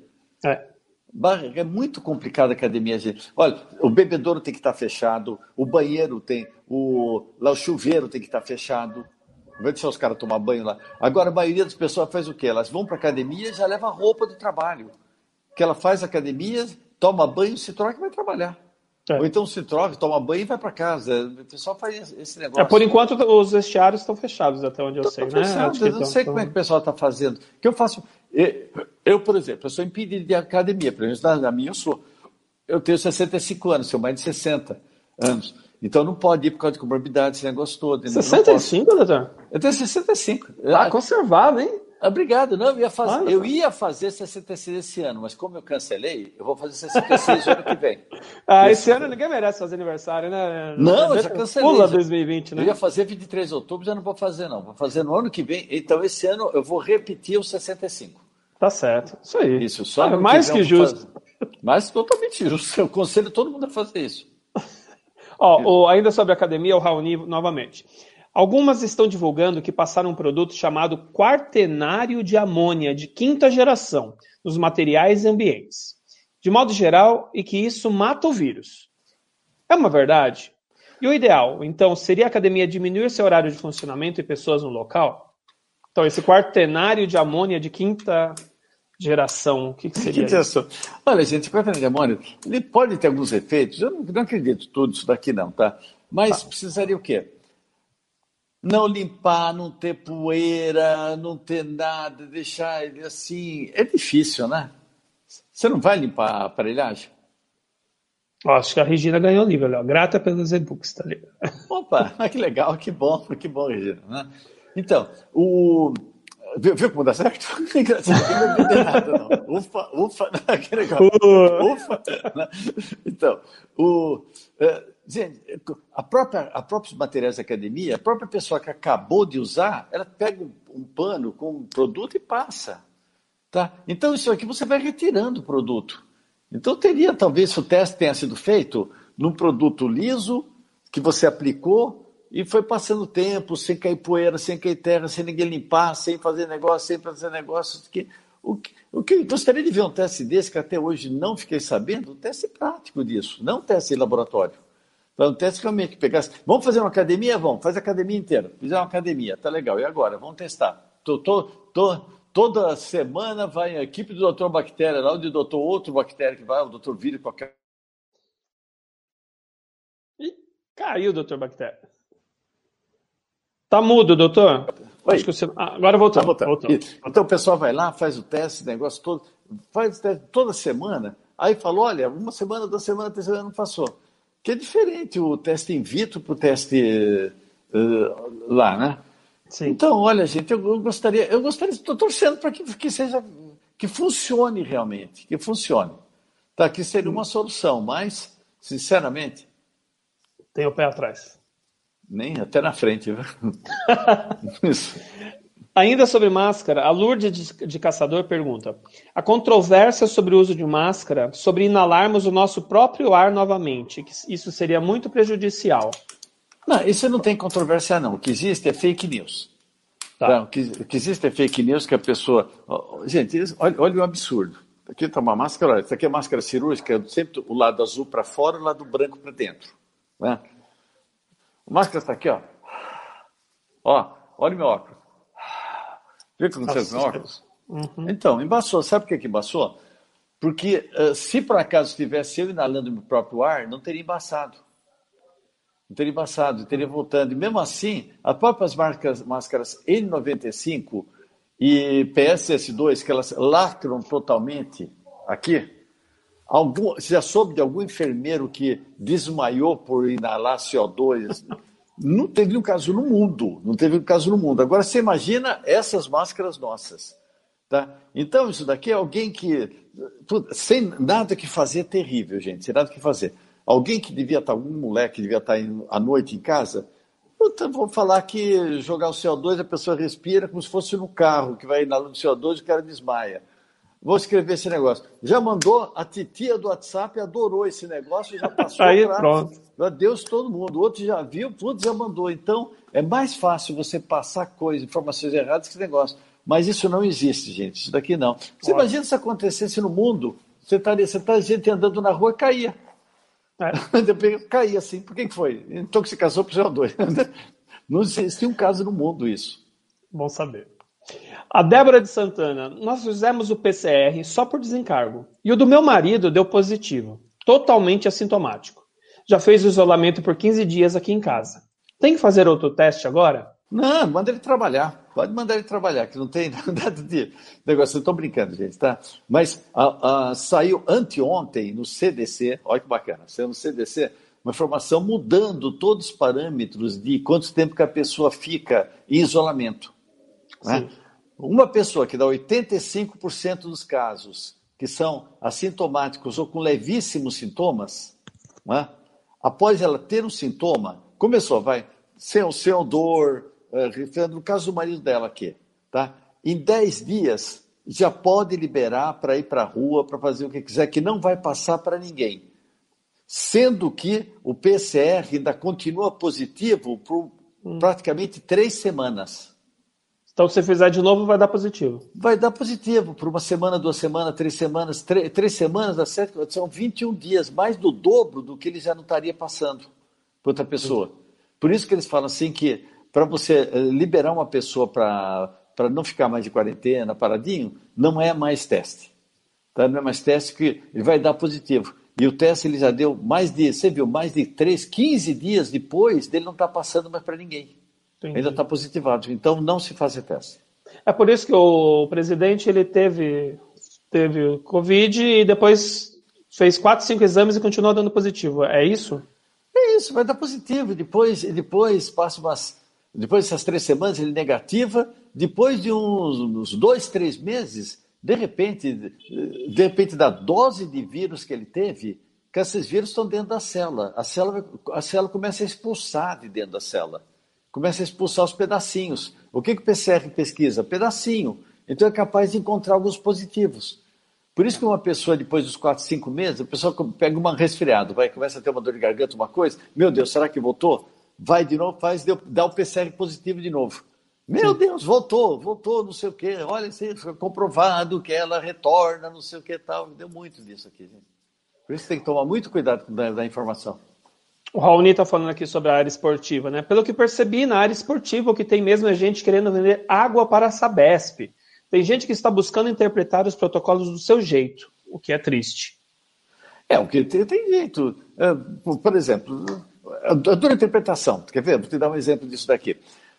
É muito complicado a academia, gente. Olha, o bebedouro tem que estar fechado, o banheiro o chuveiro tem que estar fechado. Vai deixar os caras tomar banho lá. Agora, a maioria das pessoas faz o quê? Elas vão para a academia e já levam a roupa do trabalho. Que ela faz academia, toma banho, se troca e vai trabalhar. Ou então se troca, toma banho e vai para casa. O pessoal faz esse negócio. Por enquanto, os vestiários estão fechados, até onde eu sei, né? Eu não sei como é que o pessoal está fazendo. O que eu faço? Eu, por exemplo, eu sou impedido de academia. Pelo menos na minha eu sou. Eu tenho 65 anos, sou mais de 60 anos. Então não pode ir por causa de comorbidade, esse negócio todo. 65, doutor? Eu tenho 65. Conservado, hein? Obrigado. Não, eu ia fazer 66 esse ano, mas como eu cancelei, eu vou fazer 66 no ano que vem. Esse ano ninguém merece fazer aniversário, né? Não, eu já cancelei. Pula 2020, né? Eu ia fazer 23 de outubro, já não vou fazer, não. Vou fazer no ano que vem. Então, esse ano eu vou repetir os 65. Tá certo. Isso aí. Isso, só mais que justo. Mas totalmente justo. Eu aconselho todo mundo a fazer isso. Ainda sobre a academia, o Raoni, novamente. Algumas estão divulgando que passaram um produto chamado quaternário de amônia de 5ª geração nos materiais e ambientes, de modo geral, e que isso mata o vírus. É uma verdade? E o ideal, então, seria a academia diminuir seu horário de funcionamento e pessoas no local? Então, esse quaternário de amônia de 5ª geração, o que seria isso? Olha, gente, o quaternário de amônia, ele pode ter alguns efeitos, eu não acredito tudo isso daqui não, tá? Mas precisaria o quê? Não limpar, não ter poeira, não ter nada, deixar ele assim, é difícil, né? Você não vai limpar a aparelhagem? Acho que a Regina ganhou o livro, ó. Grata pelos e-books, tá ligado? Opa, que legal, que bom, Regina, né? Então, Viu como dá certo? Não vai nada, não. Ufa, não, que legal. Ufa. Então, gente, a próprios materiais da academia, a própria pessoa que acabou de usar, ela pega um pano com um produto e passa. Tá? Então, isso aqui você vai retirando o produto. Então, talvez, se o teste tenha sido feito num produto liso, que você aplicou, e foi passando tempo, sem cair poeira, sem cair terra, sem ninguém limpar, sem fazer negócio. O que eu gostaria de ver um teste desse, que até hoje não fiquei sabendo, um teste prático disso, não um teste em laboratório. Um teste realmente que pegasse. Vamos fazer uma academia? Vamos, faz a academia inteira. Fizer uma academia, tá legal. E agora? Vamos testar. Toda semana vai a equipe do Dr. Bactéria lá, o do Dr. Outro Bactéria que vai, o Dr. Vírus, qualquer. Ih, caiu, Dr. Bactéria. Tá mudo, doutor? Oi. Acho que você... agora voltou. Voltou. Então o pessoal vai lá, faz o teste, negócio todo, faz o teste toda semana, aí fala, olha, uma semana, 2 semanas, 3 semanas não passou. Que é diferente o teste in vitro para o teste lá, né? Sim. Então, olha, gente, eu gostaria, estou torcendo para que funcione realmente, que funcione. Tá, que seria uma solução, mas, sinceramente... Tem o pé atrás. Nem até na frente, viu? Isso. Ainda sobre máscara, a Lourdes de Caçador pergunta: a controvérsia sobre o uso de máscara, sobre inalarmos o nosso próprio ar novamente, que isso seria muito prejudicial. Não, isso não tem controvérsia, não. O que existe é fake news. Tá. O que existe é fake news que a pessoa... Gente, olha o absurdo. Aqui está uma máscara, olha, isso aqui é máscara cirúrgica, sempre o lado azul para fora e o lado branco para dentro. Né? A máscara está aqui, ó. Olha o meu óculos. Viu o que aconteceu com o meu óculos? Uhum. Então, embaçou. Sabe por que embaçou? Porque se por acaso estivesse eu inalando meu próprio ar, não teria embaçado. Não teria embaçado, teria voltando. E mesmo assim, as próprias máscaras N95 e PSS2, que elas lacram totalmente aqui, você já soube de algum enfermeiro que desmaiou por inalar CO2? Não teve nenhum caso no mundo. Não teve um caso no mundo. Agora, você imagina essas máscaras nossas. Tá? Então, isso daqui é alguém que... sem nada que fazer, é terrível, gente. Sem nada que fazer. Alguém que devia estar... Um moleque que devia estar à noite em casa... Vou falar que jogar o CO2, a pessoa respira como se fosse no carro, que vai inalando CO2 e o cara desmaia. Vou escrever esse negócio. Já mandou, a titia do WhatsApp adorou esse negócio, já passou aí, pronto. Deus todo mundo. O outro já viu, putz, já mandou. Então, é mais fácil você passar informações erradas que esse negócio. Mas isso não existe, gente. Isso daqui não. Você imagina se acontecesse no mundo, você tá gente andando na rua e caía. Caía assim. Por que foi? Intoxicação por CO2. Não existe um caso no mundo isso. Bom saber. A Débora de Santana: nós fizemos o PCR só por desencargo. E o do meu marido deu positivo. Totalmente assintomático. Já fez o isolamento por 15 dias aqui em casa. Tem que fazer outro teste agora? Não, manda ele trabalhar. Pode mandar ele trabalhar, que não tem nada de negócio. Eu estou brincando, gente, tá? Mas saiu anteontem no CDC, olha que bacana, saiu no CDC uma informação mudando todos os parâmetros de quanto tempo que a pessoa fica em isolamento. Né? Uma pessoa que dá 85% dos casos que são assintomáticos ou com levíssimos sintomas, né? Após ela ter um sintoma, começou, sem dor, no caso do marido dela aqui, tá? Em 10 dias já pode liberar para ir para a rua, para fazer o que quiser, que não vai passar para ninguém. Sendo que o PCR ainda continua positivo por praticamente 3 semanas. Então, se fizer de novo, vai dar positivo. Vai dar positivo por 1 semana, 2 semanas, 3 semanas. 3 semanas dá certo, são 21 dias, mais do dobro do que ele já não estaria passando para outra pessoa. Por isso que eles falam assim que para você liberar uma pessoa para não ficar mais de quarentena, paradinho, não é mais teste. Tá? Não é mais teste que ele vai dar positivo. E o teste ele já deu mais de 15 dias depois dele não estar passando mais para ninguém. Entendi. Ainda está positivado, então não se faz teste. É por isso que o presidente ele teve Covid e depois fez 4, 5 exames e continuou dando positivo. É isso? É isso, vai dar positivo. Depois passa depois dessas 3 semanas ele negativa. Depois de uns 2, 3 meses, de repente da dose de vírus que ele teve, que esses vírus estão dentro da célula. A célula começa a expulsar de dentro da célula. Começa a expulsar os pedacinhos. O que o PCR pesquisa? Pedacinho. Então é capaz de encontrar alguns positivos. Por isso que uma pessoa, depois dos 4, 5 meses, a pessoa pega uma resfriado, começa a ter uma dor de garganta, uma coisa, meu Deus, será que voltou? Vai de novo, dá o PCR positivo de novo. Meu Sim. Deus, voltou, não sei o quê. Olha, foi comprovado que ela retorna, não sei o que tal. Deu muito disso aqui, gente. Por isso tem que tomar muito cuidado da informação. O Raoni está falando aqui sobre a área esportiva, né? Pelo que percebi, na área esportiva, o que tem mesmo é gente querendo vender água para a Sabesp. Tem gente que está buscando interpretar os protocolos do seu jeito, o que é triste. O que tem jeito. Por exemplo, a dura interpretação. Quer ver? Vou te dar um exemplo disso daqui.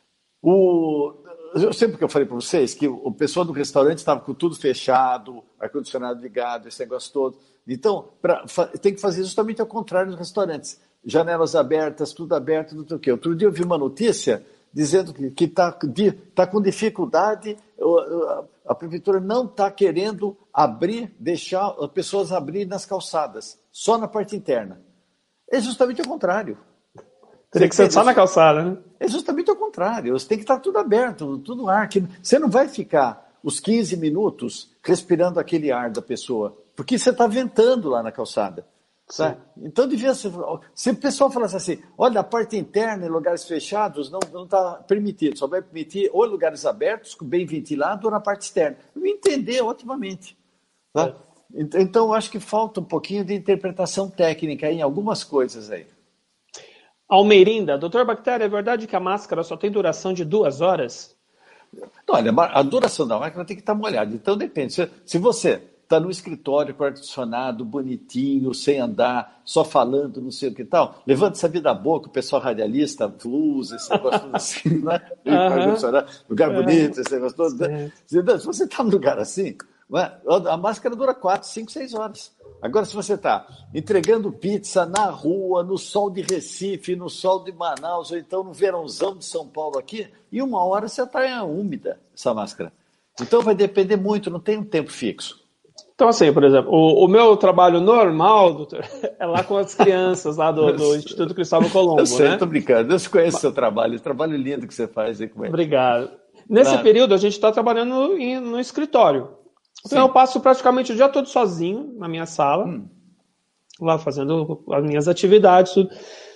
Sempre que eu falei para vocês que o pessoal do restaurante estava com tudo fechado, ar-condicionado ligado, esse negócio todo. Então, tem que fazer justamente ao contrário nos restaurantes. Janelas abertas, tudo aberto, não sei o quê. Outro dia eu vi uma notícia dizendo que está com dificuldade, a prefeitura não está querendo deixar as pessoas abrir nas calçadas, só na parte interna. É justamente o contrário. Teria que ser só na calçada, né? É justamente o contrário. Você tem que estar tudo aberto, tudo ar. Você não vai ficar os 15 minutos respirando aquele ar da pessoa, porque você está ventando lá na calçada. Tá? Então devia ser. Se o pessoal falasse assim, olha, a parte interna em lugares fechados não está permitido, só vai permitir ou em lugares abertos, bem ventilado, ou na parte externa. Eu entender otimamente. Tá? Então eu acho que falta um pouquinho de interpretação técnica em algumas coisas aí. Almeirinda, doutor Bactéria, é verdade que a máscara só tem duração de 2 horas? Olha, a duração da máscara tem que estar molhada. Então depende. Se você está no escritório com ar-condicionado, bonitinho, sem andar, só falando, não sei o que tal, levanta essa vida boca, o pessoal radialista usa esse negócio todo assim, né? Lugar bonito, esse negócio todo. Se você está num lugar assim, a máscara dura 4, 5, 6 horas. Agora, se você está entregando pizza na rua, no sol de Recife, no sol de Manaus, ou então no verãozão de São Paulo aqui, em 1 hora você está úmida, essa máscara. Então vai depender muito, não tem um tempo fixo. Então, assim, por exemplo, o meu trabalho normal, doutor, é lá com as crianças lá do Instituto Cristóvão Colombo, eu sei, né? Estou brincando, eu conheço o seu trabalho, o trabalho lindo que você faz aí com ele. Obrigado. Nesse período, a gente está trabalhando no escritório. Então, eu passo praticamente o dia todo sozinho na minha sala, lá fazendo as minhas atividades, tudo.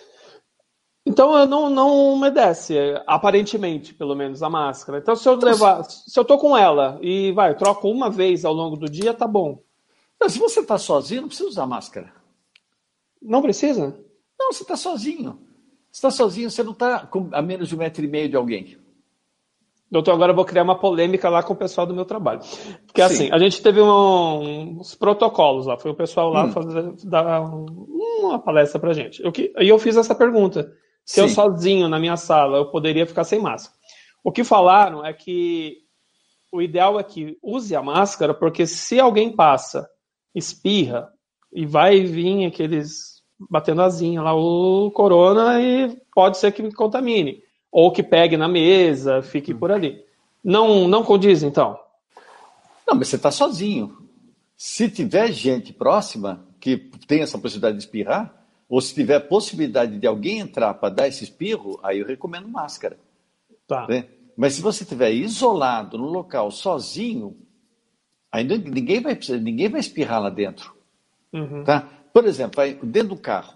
Então, eu não umedece, aparentemente, pelo menos, a máscara. Então, se eu tô com ela e eu troco uma vez ao longo do dia, tá bom. Não, se você está sozinho, não precisa usar máscara. Não precisa? Não, você está sozinho. Você está sozinho, você não está a menos de 1,5 metro de alguém. Doutor, agora eu vou criar uma polêmica lá com o pessoal do meu trabalho. Porque assim, a gente teve uns protocolos lá, foi o pessoal lá dar uma palestra pra gente. E eu fiz essa pergunta. Se eu sozinho na minha sala, eu poderia ficar sem máscara. O que falaram é que o ideal é que use a máscara, porque se alguém passa, espirra, e vai vir aqueles batendo asinha lá, o corona, e pode ser que me contamine. Ou que pegue na mesa, fique por ali. Não condiz, então? Não, mas você está sozinho. Se tiver gente próxima que tem essa possibilidade de espirrar, ou se tiver possibilidade de alguém entrar para dar esse espirro, aí eu recomendo máscara. Tá. Né? Mas se você estiver isolado no local, sozinho, aí ninguém vai espirrar lá dentro. Tá? Por exemplo, dentro do carro.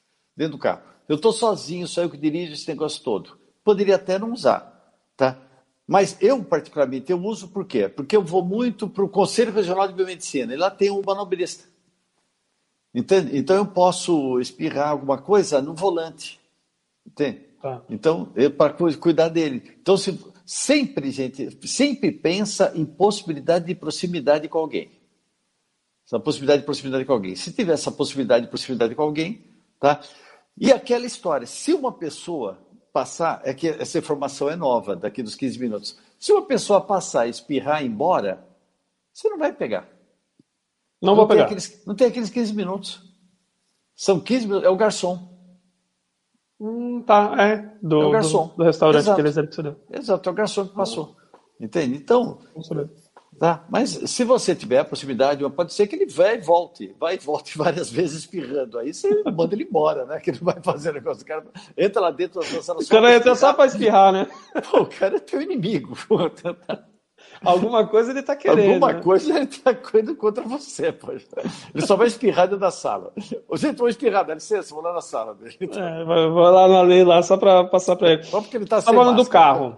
Eu estou sozinho, só eu que dirijo esse negócio todo. Poderia até não usar, tá? Mas eu, particularmente, eu uso por quê? Porque eu vou muito para o Conselho Regional de Biomedicina, e lá tem um manobrista. Entende? Então eu posso espirrar alguma coisa no volante. Entende? Tá. Então, para cuidar dele. Então, sempre pensa em possibilidade de proximidade com alguém. Essa possibilidade de proximidade com alguém. Se tiver essa possibilidade de proximidade com alguém, tá? E aquela história, se uma pessoa passar, é que essa informação é nova, daqui dos 15 minutos. Se uma pessoa passar, espirrar e ir embora, você não vai pegar. Não vou pegar. Não tem aqueles 15 minutos. São 15 minutos, é o garçom. Tá, é o garçom. Do restaurante. Exato. Que eles deu. Exato, é o garçom que passou. Entende? Então, tá? Mas se você tiver a possibilidade, pode ser que ele vai e volte várias vezes espirrando. Aí você manda ele embora, né? Que ele vai fazer o negócio. O cara entra lá dentro da sala só. O cara entra só para espirrar, né? Pô, o cara é teu inimigo. Alguma coisa ele está querendo. Alguma coisa ele está correndo contra você, poxa. Ele só vai espirrar dentro da sala. Gente, vou espirrar, dá licença, vou lá na sala dele. Vou lá na lei lá só para passar para ele. Só porque ele está sem falando máscara. Do carro.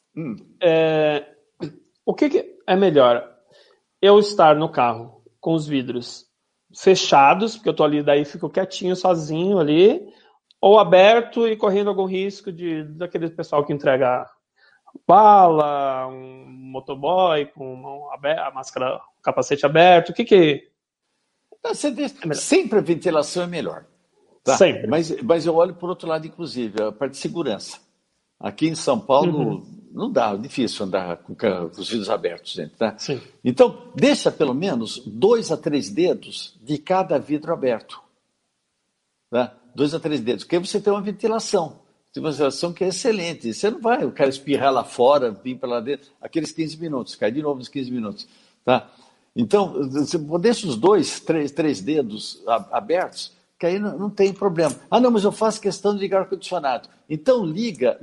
O que é melhor? Eu estar no carro com os vidros fechados, porque eu tô ali, daí fico quietinho, sozinho ali, ou aberto e correndo algum risco daquele pessoal que entrega bala, um motoboy com a máscara, o capacete aberto, o que... Sempre a ventilação é melhor. Tá? Sempre. Mas eu olho por outro lado, inclusive, a parte de segurança. Aqui em São Paulo, não dá, é difícil andar com os vidros abertos, gente. Tá? Sim. Então, deixa pelo menos 2 a 3 dedos de cada vidro aberto. Tá? 2 a 3 dedos, porque aí você tem uma ventilação. Tem uma ventilação que é excelente. Você não vai, o cara espirrar lá fora, vir para lá dentro, aqueles 15 minutos, cai de novo nos 15 minutos. Tá? Então, você deixa os 2, 3 dedos abertos, que aí não tem problema. Ah, não, mas eu faço questão de ligar o ar-condicionado. Então, liga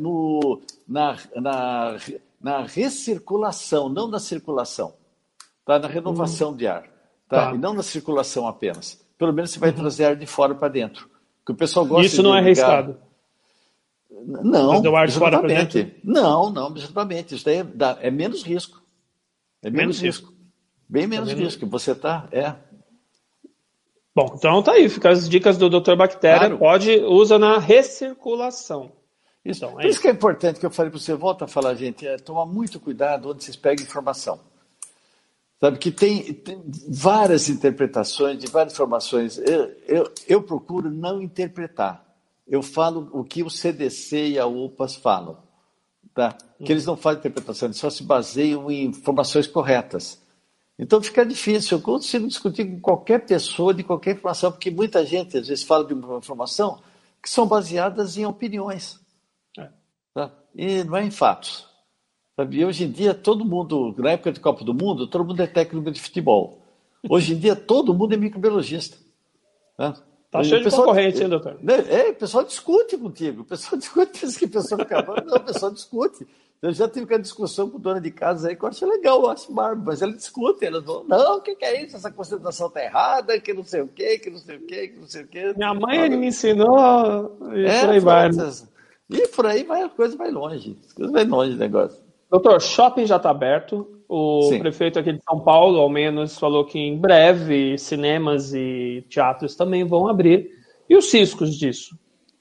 na recirculação, não na circulação. Tá? Na renovação de ar. Tá? E não na circulação apenas. Pelo menos você vai trazer ar de fora para dentro. Porque o pessoal gosta Isso não é arriscado? Não, do ar de fora para dentro? Não, absolutamente. Isso daí é menos risco. É menos risco. Bem menos risco. Você está... Bom, então tá aí, fica as dicas do Dr. Bactéria, Claro. usa na recirculação. Isso. Então, Por isso que é importante que eu falei para você, volta a falar, gente, tomar muito cuidado onde vocês pegam informação. Sabe que tem várias interpretações de várias informações. Eu procuro não interpretar. Eu falo o que o CDC e a UPAS falam. Tá? Que eles não fazem interpretação, eles só se baseiam em informações corretas. Então fica difícil. Eu consigo discutir com qualquer pessoa de qualquer informação, porque muita gente às vezes fala de uma informação que são baseadas em opiniões. Tá? E não é em fatos. Sabe? E hoje em dia todo mundo, na época de Copa do Mundo, todo mundo é técnico de futebol. Hoje em dia todo mundo é microbiologista. Tá cheio de concorrente, hein, doutor? O pessoal discute contigo. O pessoal discute, pensa que a pessoa fica falando. Não, o pessoal discute. Eu já tive aquela discussão com dona de casa aí que eu acho legal, eu acho bárbaro, mas ela discute, ela fala, não, o que é isso? Essa concentração tá errada, que não sei o quê, que não sei o quê, que não sei o quê. Minha mãe me ensinou e por aí vai. E por aí vai, a coisa vai longe. A coisa vai longe o negócio. Doutor, shopping já está aberto. O prefeito aqui de São Paulo, ao menos, falou que em breve cinemas e teatros também vão abrir. E os riscos disso?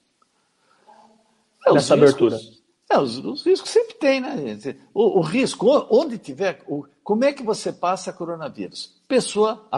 Dessa abertura? Os riscos sempre tem, né, gente? O risco, onde tiver... Como é que você passa coronavírus? Pessoa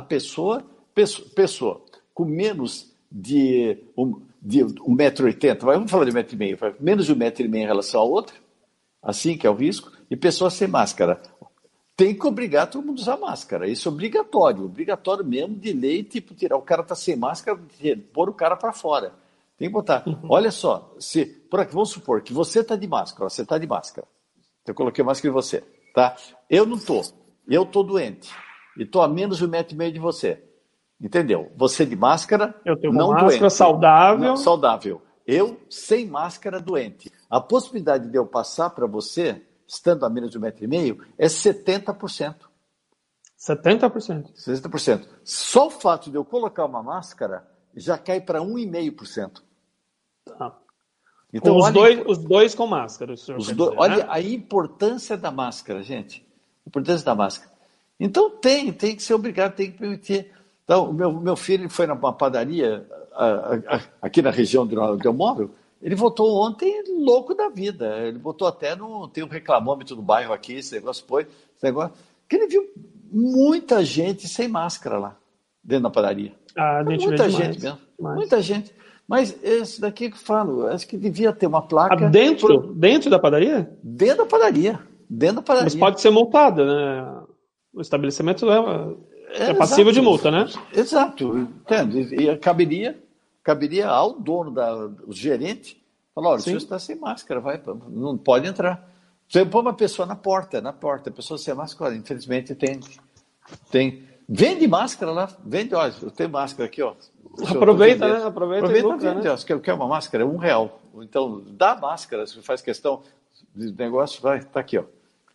com menos de 1,80 m, vamos falar de 1,5 m, menos de 1,5 m em relação a outra, assim que é o risco, e pessoas sem máscara. Tem que obrigar todo mundo a usar máscara. Isso é obrigatório mesmo, de lei, tipo, tirar o cara tá sem máscara, pôr o cara para fora. Tem que botar. Olha só, vamos supor que você está de máscara, você está de máscara. Eu coloquei máscara em você, tá? Eu não estou. Eu estou doente. E estou a menos de 1,5 m de você. Entendeu? Você de máscara, eu tenho não uma máscara doente. Saudável. Não, saudável. Eu sem máscara, doente. A possibilidade de eu passar para você, estando a menos de 1,5 m, é 70%. 70%? 60%. Só o fato de eu colocar uma máscara já cai para 1,5%. Então, os dois com máscara. Olha a importância da máscara, gente. A importância da máscara. Então tem que ser obrigado, tem que permitir. Então, o meu filho foi numa padaria aqui na região onde eu moro. Ele voltou ontem louco da vida. Ele voltou até tem um reclamômetro do bairro aqui, esse negócio que ele viu muita gente sem máscara lá, dentro da padaria. Muita gente mesmo. Muita gente. Mas esse daqui que eu falo, acho que devia ter uma placa... Dentro da padaria? Dentro da padaria. Mas pode ser multada, né? O estabelecimento é passivo de multa, né? Exato. Entende? E caberia ao dono, o gerente, falar, olha, o senhor está sem máscara, não pode entrar. Você põe uma pessoa na porta, a pessoa sem máscara, infelizmente tem. Vende máscara lá, olha, eu tenho máscara aqui, ó. Aproveita, né? Aproveita e lucra, vende, né? Ó, quer uma máscara? É R$1. Então, dá máscara, se faz questão de negócio, tá aqui, ó.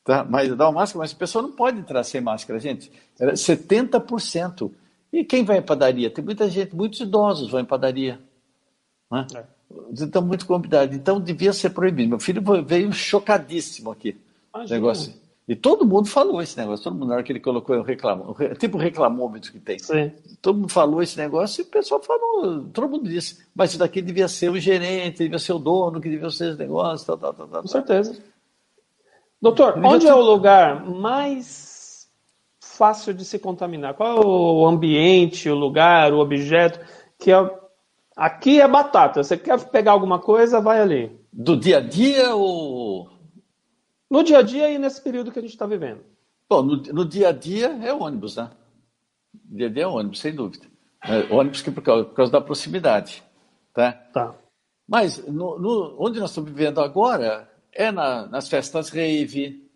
Tá? Mas dá uma máscara, mas a pessoa não pode entrar sem máscara, gente. Era 70%. E quem vai em padaria? Tem muita gente, muitos idosos vão em padaria. Né? Então, muito convidado. Então, devia ser proibido. Meu filho veio chocadíssimo aqui. Negócio. E todo mundo falou esse negócio. Todo mundo, na hora que ele colocou, tipo o reclamômetro que tem. Sim. Todo mundo falou esse negócio e o pessoal falou, todo mundo disse. Mas isso daqui devia ser o gerente, devia ser o dono, que devia ser esse negócio, tal. Com certeza. Doutor, onde é o lugar mais fácil de se contaminar? Qual é o ambiente, o lugar, o objeto que é... Aqui é batata. Você quer pegar alguma coisa, vai ali. Do dia a dia ou... No dia a dia e nesse período que a gente está vivendo. Bom, no dia a dia é ônibus, né? No dia a dia é ônibus, sem dúvida. Ônibus que por causa da proximidade. Tá. Mas onde nós estamos vivendo agora é nas festas rave,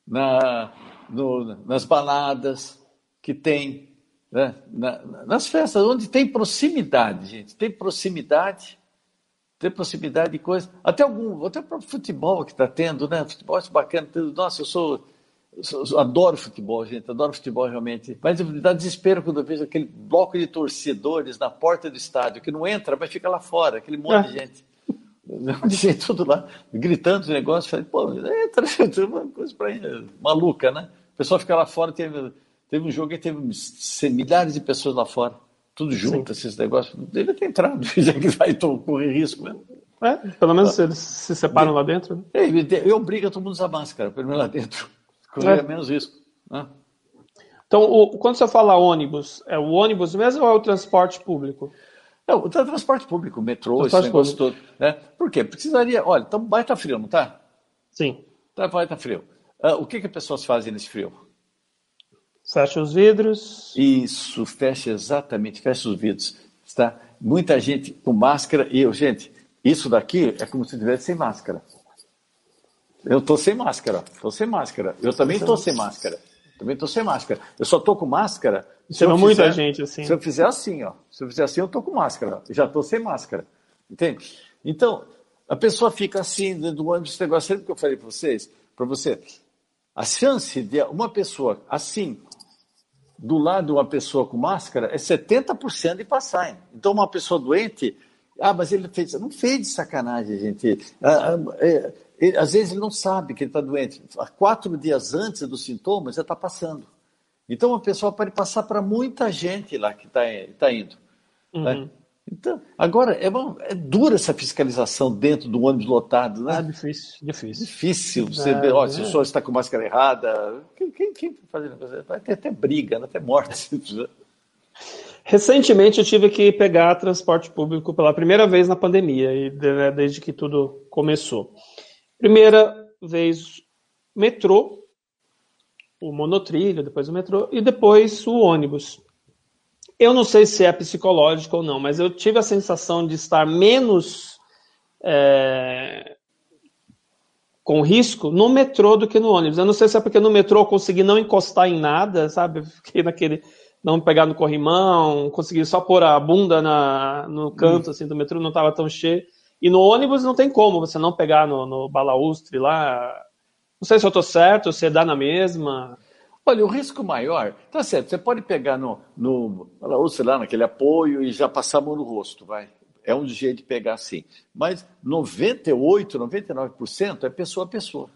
nas baladas que tem, né? Nas festas onde tem proximidade, gente. Tem proximidade de coisa. Até o próprio futebol que está tendo, né? Futebol é bacana. Nossa, eu adoro futebol, gente. Adoro futebol realmente. Mas dá desespero quando eu vejo aquele bloco de torcedores na porta do estádio, que não entra, mas fica lá fora, aquele monte de gente. De gente tudo lá, gritando os negócios. Falei, pô, entra, uma coisa maluca, né? O pessoal fica lá fora. Teve um jogo que teve milhares de pessoas lá fora. Tudo junto, esses negócios. Deve ter entrado, já que vai correr risco mesmo. Pelo menos eles se separam lá dentro. Né? Eu obrigo todo mundo a usar máscara, pelo menos lá dentro. Correr menos risco. Né? Então, quando você fala ônibus, é o ônibus mesmo ou é o transporte público? Não, o transporte público, o metrô, esse negócio todo. Né? Por quê? Precisaria... Olha, vai estar frio, não tá? Sim. Vai estar frio. O que as pessoas fazem nesse frio? Fecha os vidros. Isso, fecha os vidros. Tá? Muita gente com máscara. Gente, isso daqui é como se estivesse sem máscara. Eu estou sem máscara. Eu também estou sem máscara. Eu só estou com máscara. Muita gente assim. Se eu fizer assim, ó. Eu estou com máscara. Eu já estou sem máscara. Entende? Então, a pessoa fica assim, dentro do ônibus, esse negócio. Sempre que eu falei para você, a chance de uma pessoa assim, do lado de uma pessoa com máscara, é 70% de passar. Hein? Então, uma pessoa doente, mas ele fez. Não fez de sacanagem, gente. Às vezes ele não sabe que ele está doente. 4 dias antes dos sintomas, já está passando. Então, a pessoa pode passar para muita gente lá que está indo. Uhum. Né? Então, agora, é dura essa fiscalização dentro do ônibus lotado, né? Difícil. Você vê, se o senhor está com máscara errada, quem faz negócio? Vai ter até briga, até morte. Recentemente eu tive que pegar transporte público pela primeira vez na pandemia, desde que tudo começou. Primeira vez metrô, o monotrilho, depois o metrô e depois o ônibus. Eu não sei se é psicológico ou não, mas eu tive a sensação de estar menos com risco no metrô do que no ônibus. Eu não sei se é porque no metrô eu consegui não encostar em nada, sabe? Eu fiquei não pegar no corrimão, consegui só pôr a bunda no canto assim, do metrô, não estava tão cheio. E no ônibus não tem como você não pegar no balaustre lá. Não sei se eu estou certo, se dá na mesma... Olha, o risco maior, tá certo, você pode pegar sei lá, naquele apoio e já passar a mão no rosto, vai. É um jeito de pegar assim. Mas 98%, 99% é pessoa a pessoa.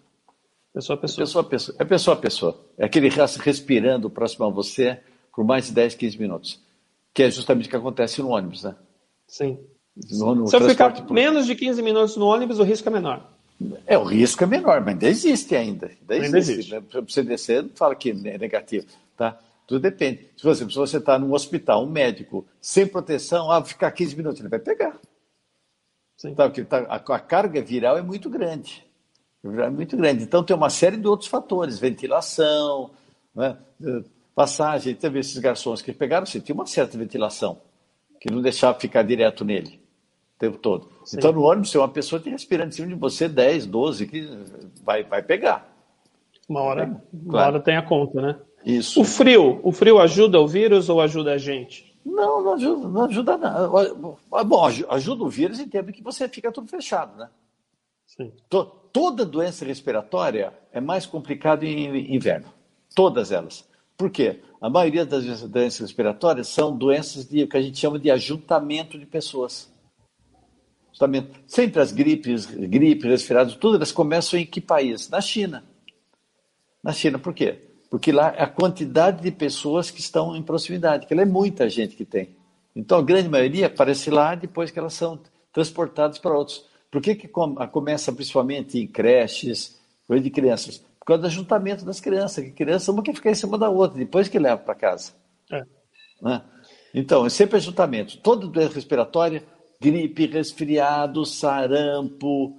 É pessoa a pessoa. É aquele respirando próximo a você por mais de 10, 15 minutos. Que é justamente o que acontece no ônibus, né? Sim. Se eu ficar menos de 15 minutos no ônibus, o risco é menor. O risco é menor, mas ainda existe ainda. Ainda existe. Né? Para você descer, não fala que é negativo. Tá? Tudo depende. Se você está num hospital, um médico, sem proteção, ficar 15 minutos, ele vai pegar. Sim. Tá? Porque a carga viral é muito grande. Então tem uma série de outros fatores, ventilação, né? Passagem. Teve esses garçons que pegaram, tinha uma certa ventilação, que não deixava ficar direto nele o tempo todo. Sim. Então, no ônibus, tem uma pessoa te respirando em cima de você, 10, 12, que vai pegar. Uma hora tem a conta, né? Isso. O frio ajuda o vírus ou ajuda a gente? Não ajuda nada. Bom, ajuda o vírus em termos que você fica tudo fechado, né? Sim. toda doença respiratória é mais complicada em inverno. Todas elas. Por quê? A maioria das doenças respiratórias são doenças que a gente chama de ajuntamento de pessoas. Sempre as gripes, resfriados, tudo, elas começam em que país? Na China. Na China, por quê? Porque lá é a quantidade de pessoas que estão em proximidade, que ela é muita gente que tem. Então, a grande maioria aparece lá depois que elas são transportadas para outros. Por que começa principalmente em creches, coisa de crianças? Por causa do ajuntamento das crianças, que criança uma quer ficar em cima da outra, depois que leva para casa. Né? Então, é sempre ajuntamento. Toda doença respiratória, gripe, resfriado, sarampo,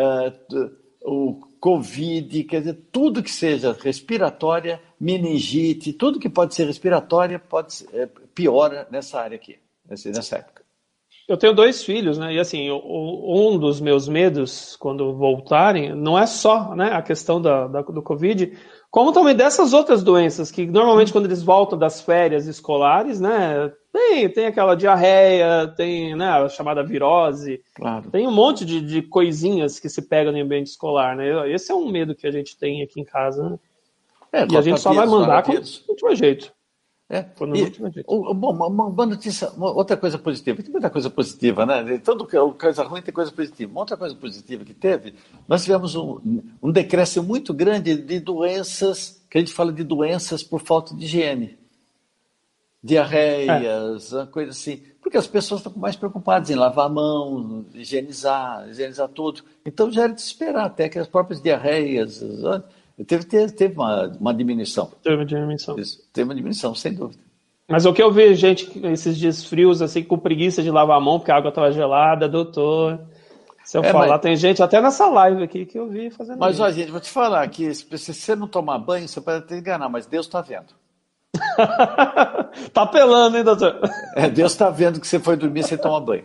o Covid, quer dizer, tudo que seja respiratória, meningite, tudo que pode ser respiratória piora nessa área aqui, nessa época. Eu tenho 2 filhos, né? E assim, um dos meus medos quando voltarem não é só, né, a questão do Covid, como também dessas outras doenças que normalmente quando eles voltam das férias escolares, né, tem aquela diarreia, tem, né, a chamada virose, claro. Tem um monte de coisinhas que se pegam no ambiente escolar, né? Esse é um medo que a gente tem aqui em casa, né? E a gente só vai mandar quando não tiver jeito. Bom, uma notícia, outra coisa positiva, tem muita coisa positiva, né? Tanto coisa ruim tem coisa positiva. Uma outra coisa positiva que teve, nós tivemos um decréscimo muito grande de doenças, que a gente fala de doenças por falta de higiene. Diarreias, coisa assim. Porque as pessoas estão mais preocupadas em lavar a mão, higienizar tudo. Então já era de se esperar até que as próprias diarreias... Teve uma diminuição. Teve uma diminuição. Teve uma diminuição, sem dúvida. Mas o que eu vi, gente, esses dias frios, assim, com preguiça de lavar a mão, porque a água estava gelada, doutor. Se eu falar, tem gente até nessa live aqui que eu vi fazendo isso. Mas, ó, gente, vou te falar que se você não tomar banho, você pode até enganar, mas Deus está vendo. Tá apelando, hein, doutor? Deus está vendo que você foi dormir sem tomar banho.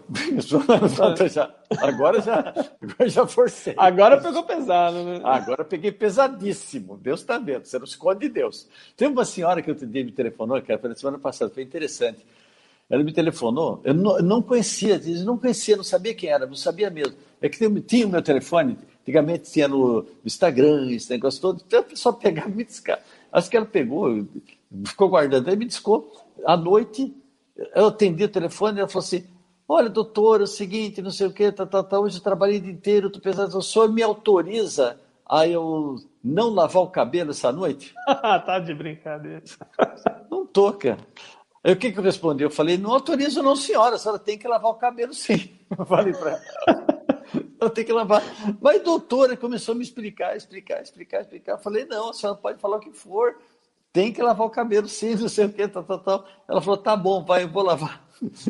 Agora já forcei. Agora pegou pesado, né? Agora peguei pesadíssimo. Deus está vendo, você não esconde de Deus. Tem uma senhora que outro dia me telefonou, que foi na semana passada, foi interessante. Ela me telefonou, eu não conhecia, não sabia quem era, não sabia mesmo. É que tinha o meu telefone, antigamente tinha no Instagram, esse negócio todo, então a pessoa pegava e me discava. Acho que ela pegou, ficou guardando, aí me discou. À noite, eu atendi o telefone e ela falou assim, olha, doutor, é o seguinte, não sei o quê, hoje eu trabalhei o dia inteiro, estou pensando, o senhor me autoriza a eu não lavar o cabelo essa noite? Tá de brincadeira. Não tô, cara. Aí o que eu respondi? Eu falei, não autorizo não, senhora, a senhora tem que lavar o cabelo sim. Eu falei para ela. Ela tem que lavar. Mas doutora começou a me explicar. Eu falei, não, a senhora pode falar o que for. Tem que lavar o cabelo sim, não sei o que, tal. Ela falou, tá bom, vai, eu vou lavar.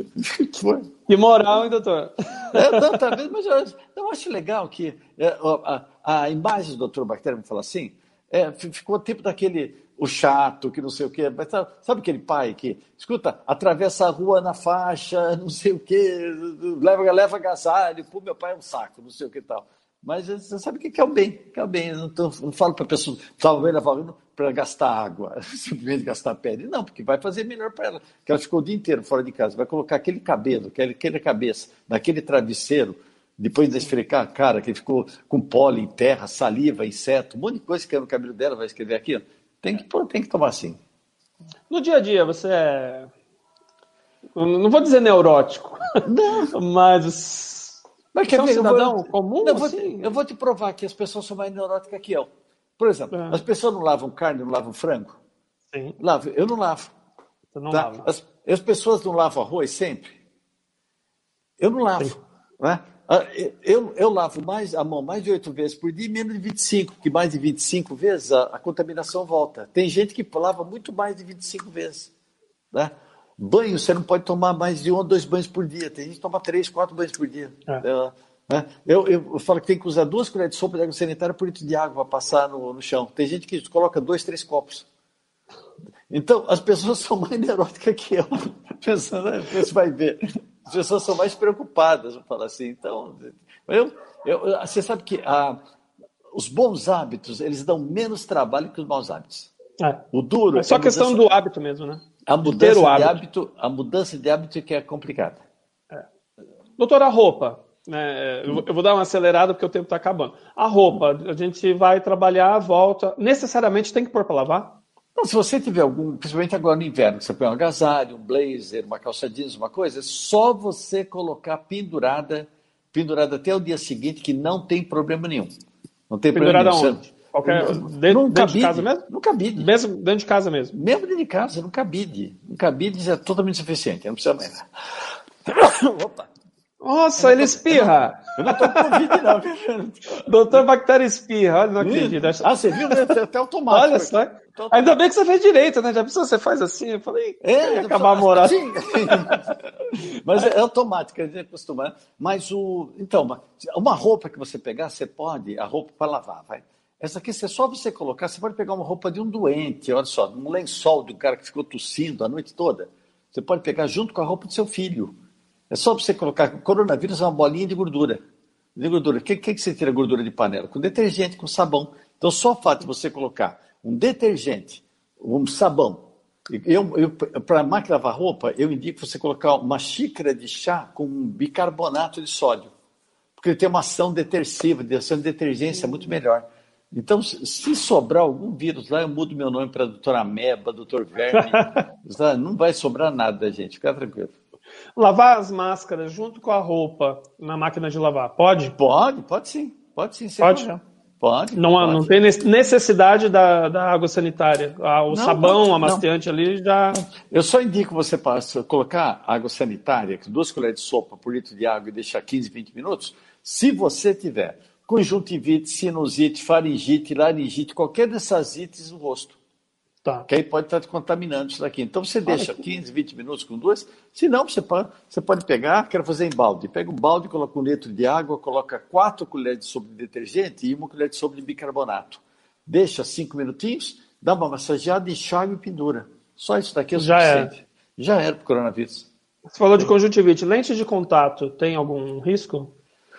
Que moral, hein, doutor? Não, tá vendo? Mas eu acho legal que a imagem do Dr. Bactéria, vamos falar assim, ficou tipo daquele... o chato, que não sei o quê. Mas sabe aquele pai que, escuta, atravessa a rua na faixa, não sei o quê, leva agasalho, pô, meu pai é um saco, não sei o que e tal. Mas você sabe o que é o bem, Eu não falo para a pessoa, talvez para gastar água, simplesmente gastar pele. Não, porque vai fazer melhor para ela, que ela ficou o dia inteiro fora de casa, vai colocar aquele cabelo, aquela cabeça, naquele travesseiro, depois de esfregar a cara, que ficou com pólen, terra, saliva, inseto, um monte de coisa que caiu no cabelo dela, vai escrever aqui, ó. Tem que tomar assim. No dia a dia, você é... não vou dizer neurótico, não. mas você é um cidadão comum? Eu vou te provar que as pessoas são mais neuróticas que eu. Por exemplo, as pessoas não lavam carne, não lavam frango? Sim. Eu não lavo. Você não lava. As pessoas não lavam arroz sempre? Eu não lavo. Né? Eu lavo a mão mais de 8 vezes por dia e menos de 25, porque mais de 25 vezes a contaminação volta. Tem gente que lava muito mais de 25 vezes. Né? Banho, você não pode tomar mais de 1 ou 2 banhos por dia. Tem gente que toma 3, 4 banhos por dia. Eu falo que tem que usar 2 colheres de sopa de água sanitária por litro de água para passar no chão. Tem gente que coloca 2, 3 copos. Então, as pessoas são mais neuróticas que eu. Pensando, você vai ver. As pessoas são mais preocupadas, vou falar assim. Então, você sabe que os bons hábitos, eles dão menos trabalho que os maus hábitos. O duro é só questão do hábito mesmo, né? A mudança de hábito que é complicada. Doutora, a roupa. Eu vou dar uma acelerada porque o tempo está acabando. A roupa, a gente vai trabalhar, volta. Necessariamente tem que pôr para lavar? Não, se você tiver algum, principalmente agora no inverno, que você põe um agasalho, um blazer, uma calça jeans, uma coisa, é só você colocar pendurada até o dia seguinte, que não tem problema nenhum. Não tem pendurada problema nenhum. Onde? Dentro de casa mesmo? No cabide. Mesmo dentro de casa mesmo? Mesmo dentro de casa, no cabide. No cabide é totalmente suficiente, não precisa mais. Opa! Nossa, ele espirra! Eu não estou com Covid, não. Doutor Bactéria espirra, olha, não acredito. Você viu? Até automático. Olha só. Ainda bem que você fez direito, né? Já pensou, você faz assim? Eu falei, ia acabar a moral. Mas é automático, a gente acostuma. Mas então, uma roupa que você pegar, você pode, a roupa para lavar, vai. Essa aqui, só você colocar, você pode pegar uma roupa de um doente, olha só, um lençol do cara que ficou tossindo a noite toda. Você pode pegar junto com a roupa do seu filho. É só você colocar. O coronavírus é uma bolinha de gordura. O que você tira gordura de panela? Com detergente, com sabão. Então, só o fato de você colocar um detergente, um sabão. Para a máquina lavar roupa, eu indico você colocar uma xícara de chá com um bicarbonato de sódio. Porque ele tem uma ação detersiva, ação de detergência muito melhor. Então, se sobrar algum vírus lá, eu mudo meu nome para doutor Ameba, doutor Verme. Não vai sobrar nada, gente. Fica tranquilo. Lavar as máscaras junto com a roupa na máquina de lavar, pode? Pode sim. Pode sim. Pode? Pode. Não tem necessidade da água sanitária. Sabão, amaciante ali já... Eu só indico você colocar água sanitária, 2 colheres de sopa por litro de água e deixar 15, 20 minutos, se você tiver conjuntivite, sinusite, faringite, laringite, qualquer dessas ites no rosto. Tá. Que aí pode estar contaminando isso daqui. Então você deixa 15, 20 minutos com 2. Se não, você pode pegar, quero fazer em balde. Pega um balde, coloca 1 litro de água, coloca 4 colheres de sopa de detergente e 1 colher de sopa de bicarbonato. Deixa 5 minutinhos, dá uma massageada, enxágue e pendura. Só isso daqui é suficiente. Já era para o coronavírus. Você falou de conjuntivite. Lente de contato tem algum risco?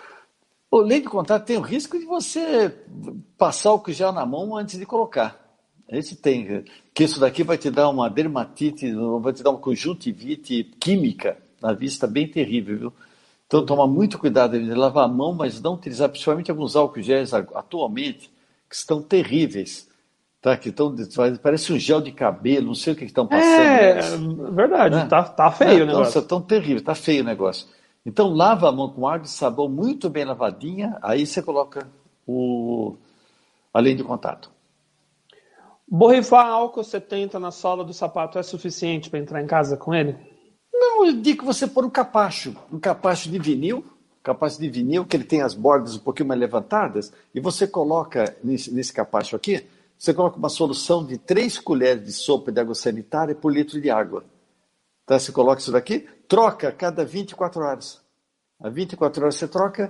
O lente de contato tem o risco de você passar o álcool gel na mão antes de colocar. Esse tem, que isso daqui vai te dar uma dermatite, vai te dar uma conjuntivite química na vista bem terrível, viu? Então, tomar muito cuidado de lavar a mão, mas não utilizar, principalmente alguns álcool géis atualmente, que estão terríveis, tá? Que parece um gel de cabelo, não sei o que estão passando. Verdade, né? Tá feio o negócio. Nossa, tão terrível, tá feio o negócio. Então, lava a mão com água e sabão muito bem lavadinha, aí você coloca a lente de contato. Borrifar álcool 70 na sola do sapato é suficiente para entrar em casa com ele? Não, eu digo você pôr um capacho de vinil, que ele tem as bordas um pouquinho mais levantadas, e você coloca nesse capacho aqui, você coloca uma solução de 3 colheres de sopa de água sanitária por litro de água. Tá? Você coloca isso daqui, troca a cada 24 horas. A 24 horas você troca,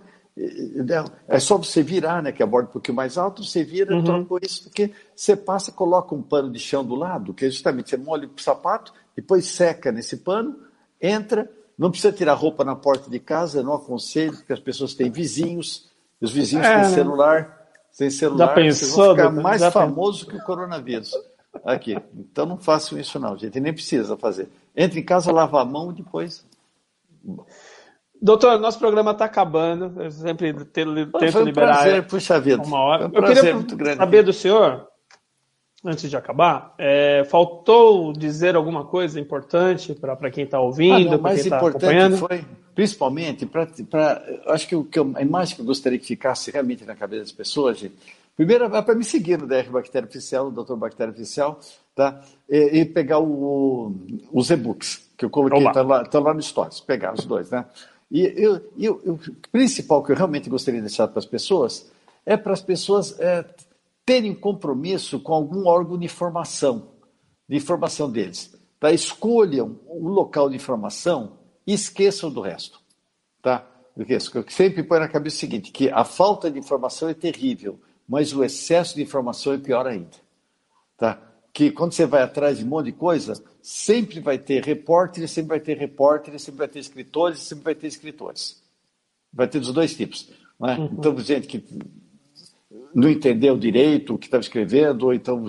é só você virar, né, que é a borda um pouquinho mais alta, você vira, troca isso, porque você passa, coloca um pano de chão do lado, que é justamente você molha o sapato, depois seca nesse pano, entra, não precisa tirar roupa na porta de casa, não aconselho, porque as pessoas têm vizinhos, os vizinhos têm celular, vocês vão ficar mais famosos que o coronavírus. Aqui. Então não façam isso não, gente, nem precisa fazer. Entre em casa, lava a mão e depois... Doutor, nosso programa está acabando. Eu sempre tento liberar prazer, puxa vida. Uma hora. Eu queria muito grande saber do senhor, antes de acabar, faltou dizer alguma coisa importante para quem está ouvindo, para quem está acompanhando? Foi, principalmente, acho que a imagem que eu gostaria que ficasse realmente na cabeça das pessoas, gente, primeiro é para me seguir no DR Bactéria Oficial, no Dr. Bactéria Oficial, tá? E pegar os e-books que eu coloquei, tá lá no Stories, pegar os 2, né? E o principal que eu realmente gostaria de deixar para as pessoas é para as pessoas terem compromisso com algum órgão de informação deles. Tá? Escolham um local de informação e esqueçam do resto. Tá? Porque eu sempre ponho na cabeça o seguinte, que a falta de informação é terrível, mas o excesso de informação é pior ainda. Tá? Que quando você vai atrás de um monte de coisa, sempre vai ter repórteres, sempre vai ter escritores, sempre vai ter escritores. Vai ter dos 2 tipos. Não é? Então, gente que não entendeu direito o que estava escrevendo, ou então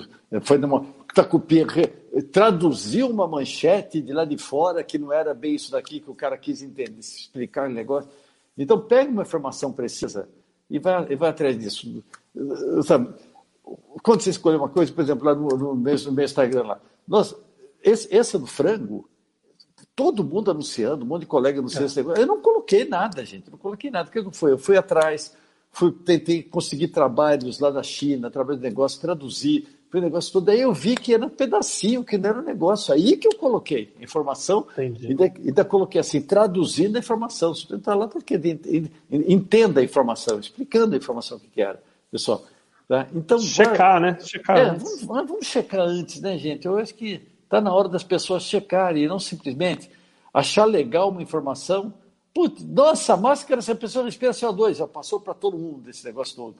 traduziu uma manchete de lá de fora que não era bem isso daqui que o cara quis entender, explicar o negócio. Então, pega uma informação precisa e vai atrás disso. Sabe? Quando você escolhe uma coisa, por exemplo, lá no meu Instagram, lá, nossa, esse do frango, todo mundo anunciando, um monte de colega anunciando esse negócio. Eu não coloquei nada, gente, não coloquei nada. O que foi? Eu fui atrás, tentei conseguir trabalhos lá da China, trabalho de negócio, traduzir, foi o negócio todo. Aí eu vi que era um pedacinho, que não era um negócio. Aí que eu coloquei informação, e ainda coloquei assim, traduzindo a informação. Se você entrar lá, porque entenda a informação, explicando a informação que era, pessoal. Tá? Então, checar, né? Checar vamos checar antes, né, gente? Eu acho que está na hora das pessoas checarem e não simplesmente achar legal uma informação. Putz, nossa, máscara, se a pessoa respira CO2, já passou para todo mundo esse negócio todo.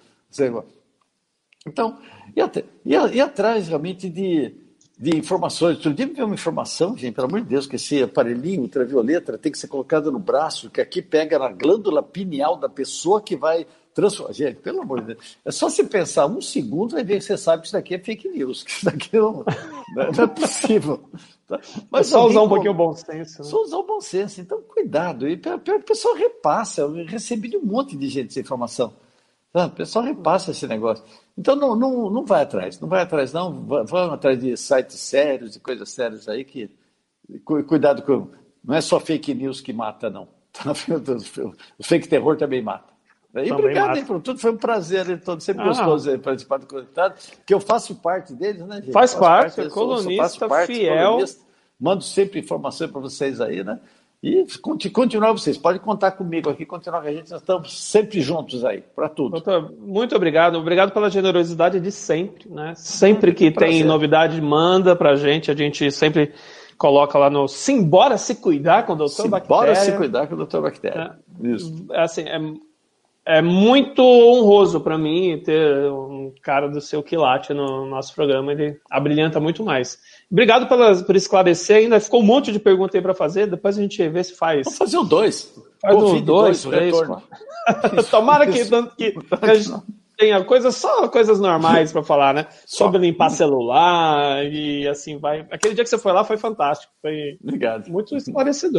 Então, e atrás realmente de informações. Outro dia me veio uma informação, gente, pelo amor de Deus, que esse aparelhinho ultravioleta tem que ser colocado no braço, que aqui pega na glândula pineal da pessoa que vai transformar. Gente, pelo amor de Deus, é só se pensar um segundo, vai ver que você sabe que isso daqui é fake news, que isso daqui não é possível. Mas só usar um pouquinho o bom senso. Né? Só usar o bom senso. Então, cuidado. E o pessoal repassa. Eu recebi de um monte de gente essa informação. O pessoal repassa esse negócio. Então, não vai atrás. Não vai atrás, não. Vão atrás de sites sérios e coisas sérias aí que... Cuidado com... Não é só fake news que mata, não. O fake terror também mata. E obrigado aí por tudo, foi um prazer, sempre gostoso participar do Conectado, que eu faço parte deles, né, gente? Faz parte, é colunista fiel. Colunista, mando sempre informação para vocês aí, né? E continuar vocês, podem contar comigo aqui, continuar com a gente, nós estamos sempre juntos aí, para tudo. Doutor, muito obrigado pela generosidade de sempre, né? Sempre que tem novidade, manda para a gente sempre coloca lá no Simbora Se Cuidar com o Dr. Bactéria. Simbora Se Cuidar com o Dr. Bactéria. Isso. Assim, é muito honroso para mim ter um cara do seu quilate no nosso programa, ele abrilhanta muito mais. Obrigado por esclarecer, ainda ficou um monte de pergunta aí para fazer, depois a gente vê se faz. Vamos fazer o 2. Faz o 2, 3, 4. Tomara que a gente tenha só coisas normais para falar, né? Sobre limpar celular e assim vai. Aquele dia que você foi lá foi fantástico, foi muito esclarecedor.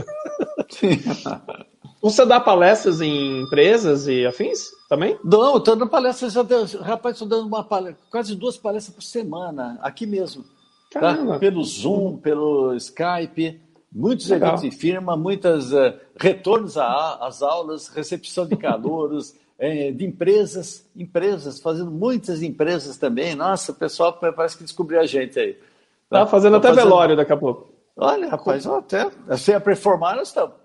Você dá palestras em empresas e afins também? Não, estou dando palestras, rapaz, estou dando quase 2 palestras por semana, aqui mesmo. Tá? Pelo Zoom, pelo Skype, muitos eventos de firma, muitos retornos às aulas, recepção de calouros, de empresas, fazendo muitas empresas também. Nossa, o pessoal parece que descobriu a gente aí. Tá fazendo até velório daqui a pouco. Olha, rapaz, até se a performar, nós estamos.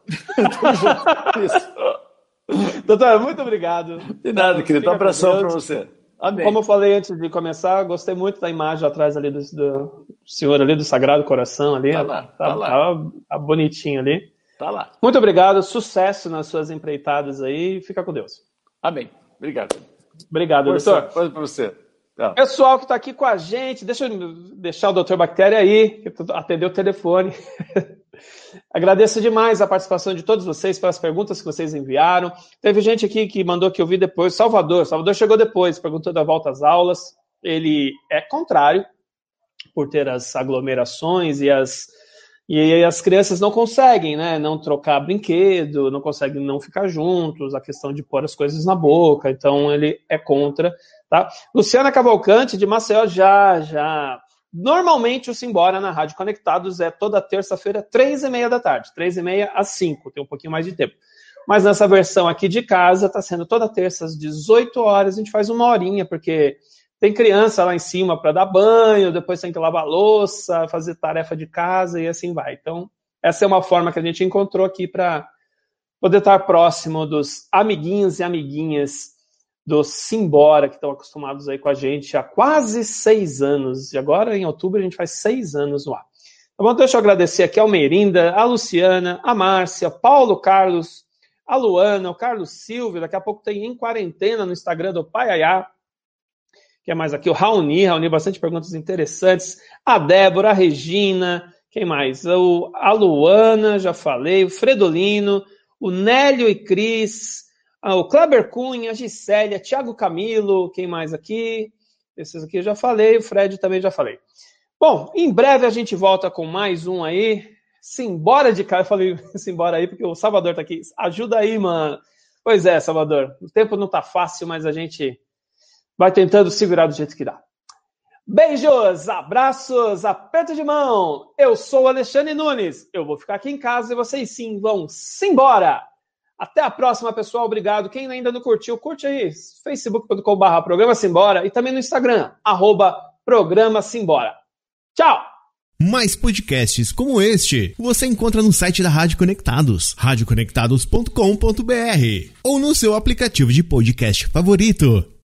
Isso. Doutor, muito obrigado. De nada, querido. Um abração para você. Amém. Como eu falei antes de começar, gostei muito da imagem atrás ali do senhor ali, do Sagrado Coração ali. Tá lá. Tá bonitinho ali. Tá lá. Muito obrigado, sucesso nas suas empreitadas aí. Fica com Deus. Amém. Obrigado. Obrigado, doutor. Pode para você. Tá. Pessoal que está aqui com a gente, deixa eu deixar o Dr. Bactéria aí, que atendeu o telefone. Agradeço demais a participação de todos vocês, pelas perguntas que vocês enviaram. Teve gente aqui que mandou que eu vi depois. Salvador chegou depois, perguntou da volta às aulas. Ele é contrário, por ter as aglomerações e as crianças não conseguem, né, não trocar brinquedo, não conseguem não ficar juntos, a questão de pôr as coisas na boca, então ele é contra, tá? Luciana Cavalcante, de Maceió, já. Normalmente o Simbora na Rádio Conectados é toda terça-feira, 3h30 da tarde, 3h30 às 5, tem um pouquinho mais de tempo. Mas nessa versão aqui de casa, está sendo toda terça às 18 horas, a gente faz 1 horinha, porque tem criança lá em cima para dar banho, depois tem que lavar louça, fazer tarefa de casa e assim vai. Então, essa é uma forma que a gente encontrou aqui para poder estar próximo dos amiguinhos e amiguinhas do Simbora, que estão acostumados aí com a gente há quase 6 anos. E agora, em outubro, a gente faz 6 anos no ar. Tá bom? Deixa eu agradecer aqui a Almerinda, a Luciana, a Márcia, Paulo Carlos, a Luana, o Carlos Silvio, daqui a pouco tem Em Quarentena no Instagram do Paiaiá. Quem mais aqui? O Raoni, bastante perguntas interessantes. A Débora, a Regina, quem mais? A Luana, já falei, o Fredolino, o Nélio e Cris, o Kleber Cunha, a Gisélia, Thiago Camilo, quem mais aqui? Esses aqui eu já falei, o Fred também já falei. Bom, em breve a gente volta com mais um aí. Simbora de casa, eu falei simbora aí porque o Salvador tá aqui. Ajuda aí, mano. Pois é, Salvador. O tempo não tá fácil, mas a gente vai tentando segurar do jeito que dá. Beijos, abraços, aperto de mão. Eu sou o Alexandre Nunes. Eu vou ficar aqui em casa e vocês sim vão simbora. Até a próxima, pessoal. Obrigado. Quem ainda não curtiu, curte aí. facebook.com/Programa Simbora e também no Instagram, @Programa Simbora. Tchau! Mais podcasts como este você encontra no site da Rádio Conectados, radioconectados.com.br ou no seu aplicativo de podcast favorito.